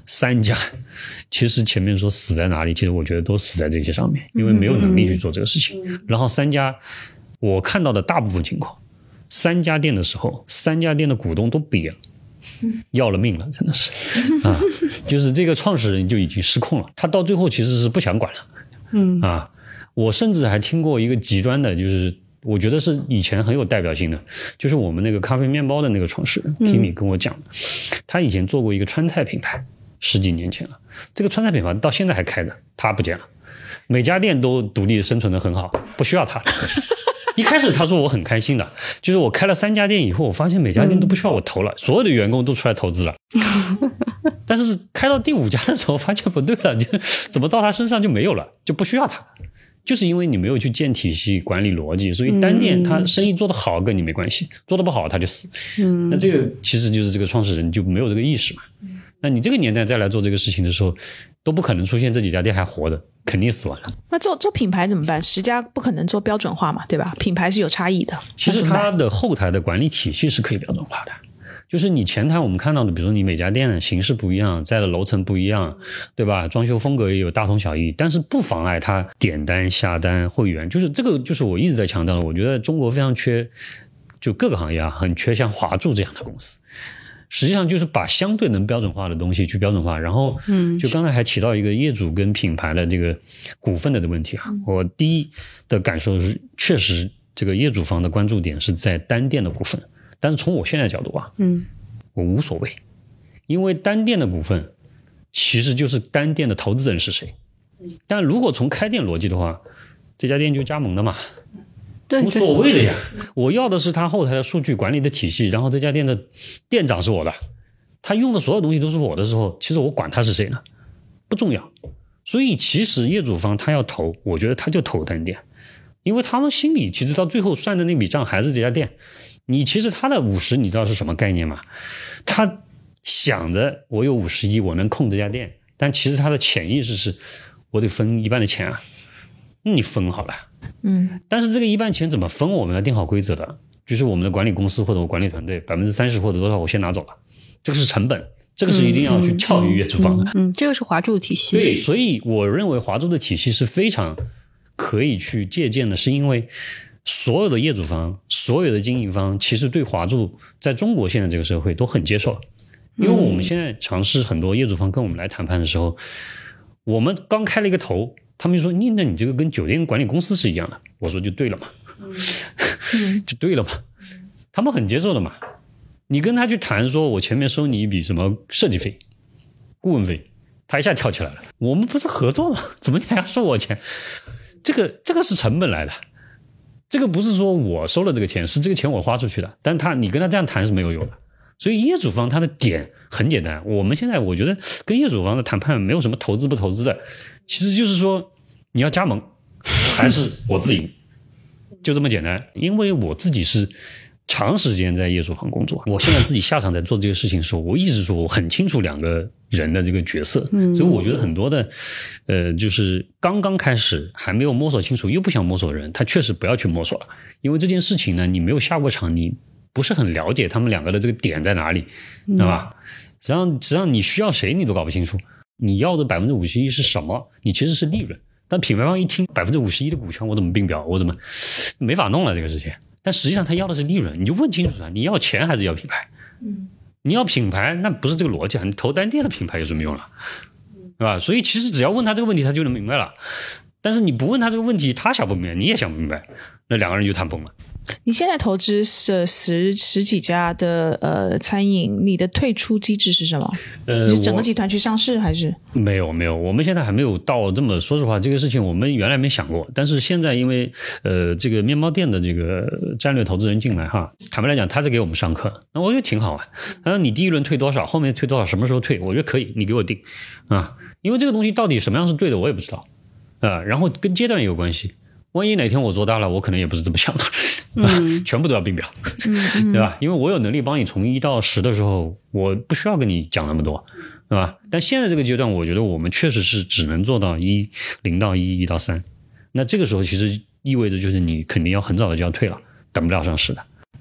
3家，其实前面说死在哪里，其实我觉得都死在这些上面，因为没有能力去做这个事情。然后3家，我看到的大部分情况，3家店的时候，3家店的股东都瘪了。要了命了，真的是啊！就是这个创始人就已经失控了，他到最后其实是不想管了。我甚至还听过一个极端的，就是我觉得是以前很有代表性的，就是我们那个咖啡面包的那个创始人 Kimi 跟我讲的，他以前做过一个川菜品牌，10几年前了，这个川菜品牌到现在还开着，他不见了，每家店都独立生存得很好，不需要他。一开始他说我很开心的，就是我开了3家店以后，我发现每家店都不需要我投了，所有的员工都出来投资了。但是开到第5家的时候发现不对了，就怎么到他身上就没有了，就不需要他，就是因为你没有去建体系管理逻辑，所以单店他生意做得好跟你没关系，做得不好他就死。那这个其实就是这个创始人就没有这个意识嘛。那你这个年代再来做这个事情的时候，都不可能出现这几家店还活的，肯定死完了。 那做品牌怎么办？10家不可能做标准化嘛，对吧？品牌是有差异的。 其实它的后台的管理体系是可以标准化的，就是你前台我们看到的，比如说你每家店形式不一样，在的楼层不一样，对吧？装修风格也有大同小异，但是不妨碍它点单、下单、会员，就是这个就是我一直在强调的。我觉得中国非常缺，就各个行业很缺像华住这样的公司。实际上就是把相对能标准化的东西去标准化，然后就刚才还提到一个业主跟品牌的这个股份的问题啊，我第一的感受是确实这个业主方的关注点是在单店的股份，但是从我现在的角度啊，我无所谓，因为单店的股份其实就是单店的投资人是谁，但如果从开店逻辑的话，这家店就加盟的嘛， 对， 无所谓的呀，我要的是他后台的数据管理的体系，然后这家店的店长是我的，他用的所有东西都是我的时候，其实我管他是谁呢？不重要。所以其实业主方他要投，我觉得他就投单店，因为他们心里其实到最后算的那笔账还是这家店。你其实他的50你知道是什么概念吗？他想着我有50亿我能控这家店，但其实他的潜意识是我得分一半的钱啊，你分好了。但是这个一半钱怎么分我们要定好规则的，就是我们的管理公司或者我管理团队 30% 或者多少我先拿走了，这个是成本，这个是一定要去教育业主方的。 这个是华住体系。 对，所以我认为华住的体系是非常可以去借鉴的，是因为所有的业主方所有的经营方其实对华住在中国现在这个社会都很接受。因为我们现在尝试很多业主方跟我们来谈判的时候，我们刚开了一个头，他们就说那你这个跟酒店管理公司是一样的，我说就对了嘛，就对了嘛，他们很接受的嘛。你跟他去谈说我前面收你一笔什么设计费顾问费，他一下跳起来了，我们不是合作吗？怎么你还要收我钱？这个是成本来的，这个不是说我收了这个钱，是这个钱我花出去的，但你跟他这样谈是没有用的。所以业主方他的点很简单，我们现在我觉得跟业主方的谈判没有什么投资不投资的，其实就是说你要加盟还是我自营，就这么简单。因为我自己是长时间在业主方工作，我现在自己下场在做这个事情的时候，我一直说我很清楚两个人的这个角色，所以我觉得很多的就是刚刚开始还没有摸索清楚又不想摸索的人，他确实不要去摸索了，因为这件事情呢你没有下过场，你不是很了解他们两个的这个点在哪里，对吧？实际上你需要谁你都搞不清楚，你要的51%是什么？你其实是利润，但品牌方一听51%的股权我怎么并表，我怎么没法弄了这个事情。但实际上他要的是利润，你就问清楚他，你要钱还是要品牌？你要品牌那不是这个逻辑啊，你投单店的品牌有什么用了，对吧？所以其实只要问他这个问题他就能明白了，但是你不问他这个问题他想不明白你也想不明白，那两个人就谈崩了。 你现在投资是十几家的餐饮，你的退出机制是什么？你是整个集团去上市还是？没有， 我们现在还没有到这么，说实话这个事情我们原来没想过，但是现在因为这个面包店的这个战略投资人进来哈，坦白来讲他是给我们上课，那我觉得挺好啊。他说你第一轮退多少，后面退多少，什么时候退，我觉得可以，你给我定啊，因为这个东西到底什么样是对的我也不知道啊，然后跟阶段也有关系。万一哪天我做大了，我可能也不是这么想的，全部都要并表，对吧？因为我有能力帮你从1到10的时候，我不需要跟你讲那么多，对吧？但现在这个阶段，我觉得我们确实是只能做到0到1，1到3。那这个时候其实意味着就是你肯定要很早的就要退了，等不了上市的。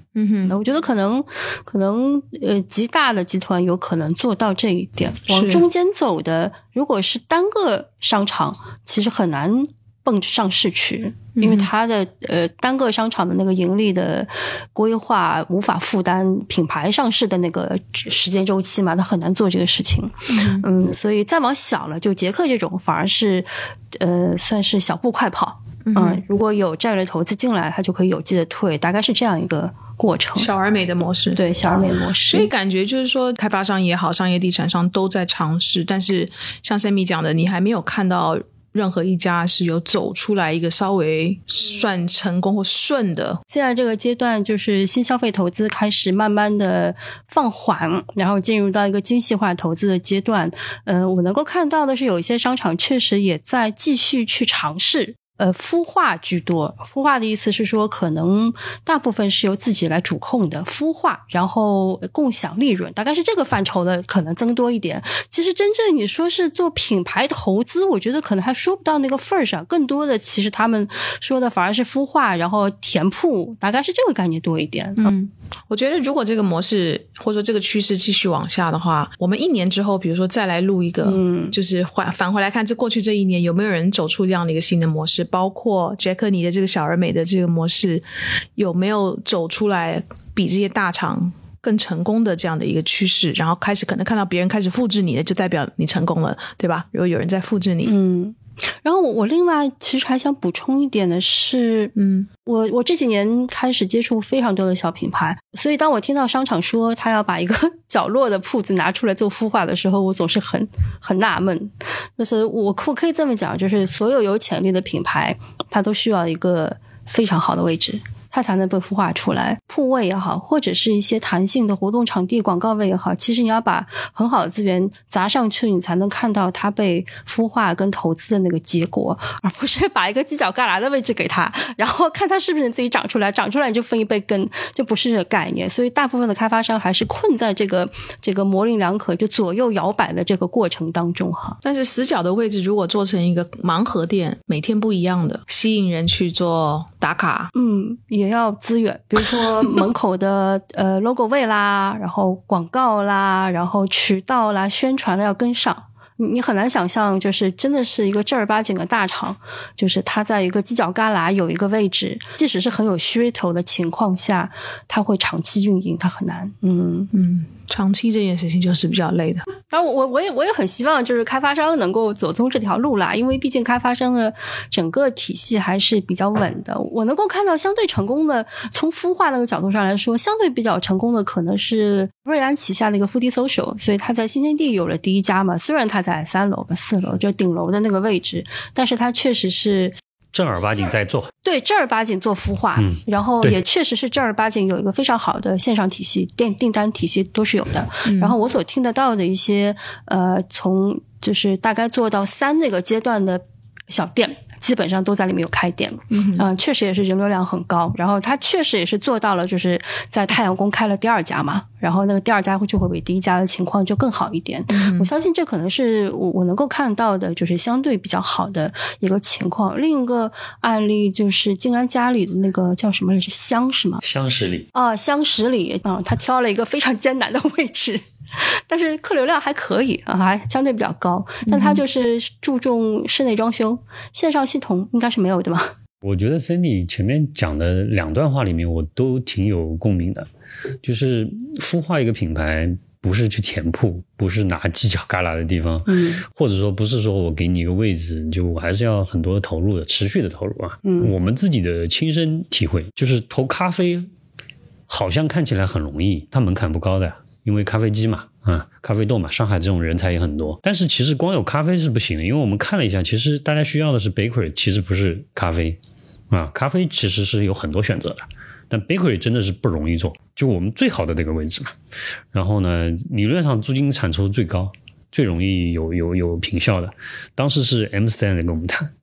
那我觉得可能极大的集团有可能做到这一点。往中间走的，如果是单个商场，其实很难蹦上市去，因为它的单个商场的那个盈利的规划无法负担品牌上市的那个时间周期嘛，它很难做这个事情。所以再往小了，就捷克这种反而是算是小步快跑。如果有战略投资进来，它就可以有机的退，大概是这样一个过程。 小而美的模式， 对，小而美的模式。 所以感觉就是说，开发商也好，商业地产商都在尝试，但是像 Sammy 讲的，你还没有看到任何一家是有走出来一个稍微算成功或顺的。 现在这个阶段就是新消费投资开始慢慢的放缓，然后进入到一个精细化投资的阶段。我能够看到的是有一些商场确实也在继续去尝试。孵化居多，孵化的意思是说可能大部分是由自己来主控的孵化，然后共享利润，大概是这个范畴的可能增多一点。其实真正你说是做品牌投资，我觉得可能还说不到那个份儿上，更多的其实他们说的反而是孵化然后填铺，大概是这个概念多一点。 我觉得如果这个模式或者说这个趋势继续往下的话，我们1年之后比如说再来录一个，就是返回来看过去这1年有没有人走出这样的一个新的模式，包括杰克你的这个小而美的这个模式有没有走出来比这些大厂更成功的这样的一个趋势，然后开始可能看到别人开始复制你的，就代表你成功了，对吧？如果有人在复制你。 然后我另外其实还想补充一点的是，我这几年开始接触非常多的小品牌，所以当我听到商场说他要把一个角落的铺子拿出来做孵化的时候，我总是很纳闷。就是我可以这么讲，就是所有有潜力的品牌，它都需要一个非常好的位置，它才能被孵化出来。铺位也好，或者是一些弹性的活动场地广告位也好，其实你要把很好的资源砸上去，你才能看到它被孵化跟投资的那个结果，而不是把一个犄角旮旯的位置给它，然后看它是不是自己长出来，长出来你就分一杯羹，就不是这个概念。所以大部分的开发商还是困在这个模棱两可就左右摇摆的这个过程当中哈。 但是死角的位置如果做成一个盲盒店，每天不一样的，吸引人去做打卡， 也要资源，比如说门口的logo 位啦，然后广告啦，然后渠道啦，宣传啦要跟上。你很难想象，就是真的是一个正儿八经的大厂，就是它在一个犄角旮旯有一个位置，即使是很有噱头的情况下，它会长期运营，它很难。 长期这件事情就是比较累的。 然后我也很希望就是开发商能够走通这条路啦，因为毕竟开发商的整个体系还是比较稳的。我能够看到相对成功的，从孵化那个角度上来说，相对比较成功的可能是瑞安旗下的一个 Foodie Social， 所以它在新天地有了第一家嘛，虽然它在3楼4楼就顶楼的那个位置，但是它确实是正儿八经在做， 对，正儿八经做孵化，然后也确实是正儿八经有一个非常好的线上体系，订单体系都是有的。然后我所听得到的一些从就是大概做到3那个阶段的小店，基本上都在里面有开店，确实也是人流量很高。然后他确实也是做到了，就是在太阳宫开了第2家嘛，然后那个第2家就会比第1家的情况就更好一点。我相信这可能是我能够看到的，就是相对比较好的一个情况。另一个案例就是静安家里的那个叫什么来着，香是吗？ 香十里香十里他挑了一个非常艰难的位置。但是客流量还可以还相对比较高，但它就是注重室内装修，线上系统应该是没有的嘛。 我觉得 Sammy 前面讲的2段话里面我都挺有共鸣的，就是孵化一个品牌不是去填铺，不是拿犄角旮旯的地方，或者说不是说我给你一个位置，就我还是要很多投入的，持续的投入啊。我们自己的亲身体会就是投咖啡好像看起来很容易，它门槛不高的，因为咖啡机嘛，咖啡豆嘛，上海这种人才也很多。但是其实光有咖啡是不行的，因为我们看了一下，其实大家需要的是 bakery， 其实不是咖啡咖啡其实是有很多选择的，但 bakery 真的是不容易做，就我们最好的那个位置嘛。然后呢，理论上租金产出最高，最容易有平效的。当时是 M3 跟我们谈，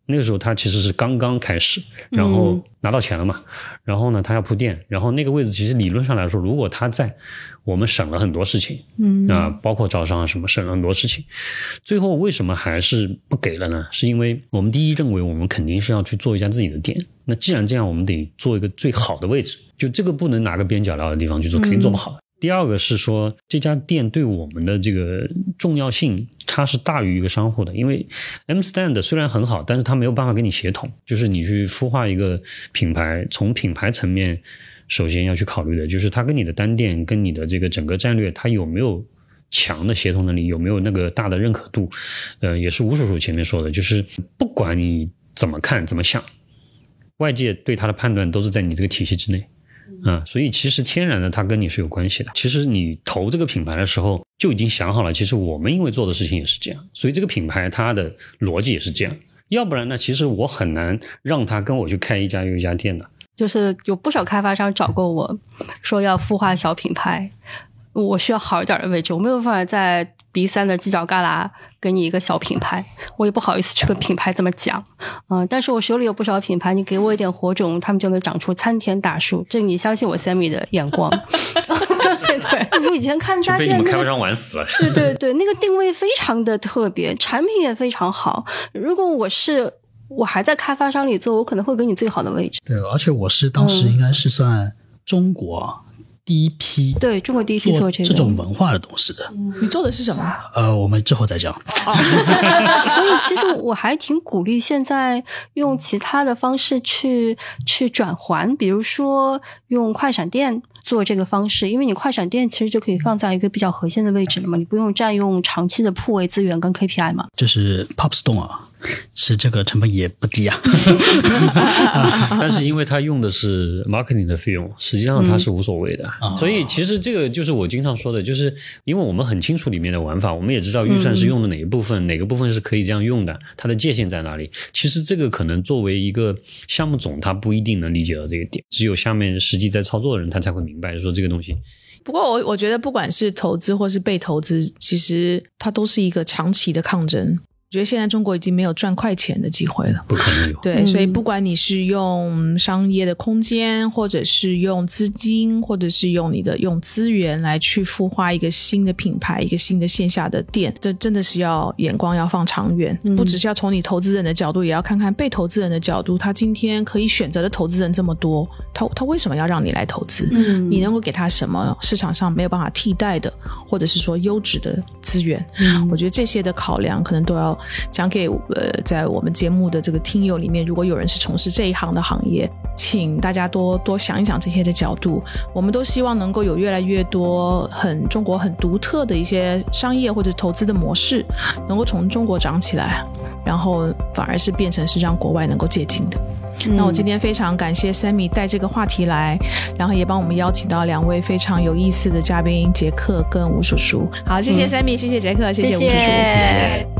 那个时候他其实是刚刚开始，然后拿到钱了嘛，然后呢他要铺垫，然后那个位置其实理论上来说，如果他在，我们省了很多事情，包括招商什么省了很多事情。最后为什么还是不给了呢？是因为我们第一认为我们肯定是要去做一家自己的店，那既然这样，我们得做一个最好的位置，就这个不能拿个边角料的地方去做，肯定做不好。第二个是说这家店对我们的这个重要性它是大于一个商户的，因为 M Stand 虽然很好，但是它没有办法给你协同，就是你去孵化一个品牌，从品牌层面首先要去考虑的就是它跟你的单店跟你的这个整个战略它有没有强的协同能力，有没有那个大的认可度。也是吴叔叔前面说的，就是不管你怎么看怎么想，外界对它的判断都是在你这个体系之内。所以其实天然的它跟你是有关系的。其实你投这个品牌的时候就已经想好了，其实我们因为做的事情也是这样，所以这个品牌它的逻辑也是这样，要不然呢其实我很难让他跟我去开一家又一家店的。 就是有不少开发商找过我说要孵化小品牌，我需要好一点的位置，我没有办法在 B3 的犄角旮旯给你一个小品牌，我也不好意思这个品牌这么讲。但是我手里有不少品牌，你给我一点火种，他们就能长出参天大树，这你相信我 Sammy 的眼光。对，我以前看家店， 就被你们开发商玩死了。 对，那个定位非常的特别，产品也非常好。如果我还在开发商里做，我可能会给你最好的位置。 对，而且我是当时应该是算中国第一批， 对，中国第一批做这种文化的东西的。 你做的是什么？ 我们之后再讲。 所以其实我还挺鼓励现在用其他的方式去转换，比如说用快闪店做这个方式，因为你快闪店其实就可以放在一个比较核心的位置了嘛，你不用占用长期的铺位资源跟 KPI 嘛。 这是 Pop Stone 啊，是这个成本也不低啊。 但是因为他用的是 marketing 的费用，实际上他是无所谓的。所以其实这个就是我经常说的，就是因为我们很清楚里面的玩法，我们也知道预算是用的哪一部分，哪个部分是可以这样用的，它的界限在哪里。其实这个可能作为一个项目总，他不一定能理解到这个点，只有下面实际在操作的人他才会明白说这个东西。 不过我觉得不管是投资或是被投资，其实它都是一个长期的抗争。我觉得现在中国已经没有赚快钱的机会了， 不可能有。 对，所以不管你是用商业的空间，或者是用资金，或者是用资源来去孵化一个新的品牌，一个新的线下的店，这真的是要眼光要放长远，不只是要从你投资人的角度，也要看看被投资人的角度。他今天可以选择的投资人这么多，他为什么要让你来投资？你能够给他什么市场上没有办法替代的，或者是说优质的资源？我觉得这些的考量可能都要讲给在我们节目的这个听友里面，如果有人是从事这一行的行业，请大家多想一想这些的角度。我们都希望能够有越来越多中国很独特的一些商业或者投资的模式能够从中国长起来，然后反而是变成是让国外能够借鉴的。那我今天非常感谢 Sammy 带这个话题来，然后也帮我们邀请到2位非常有意思的嘉宾，杰克跟吴叔叔。好，谢谢 Sammy，谢谢杰克，谢谢吴叔叔。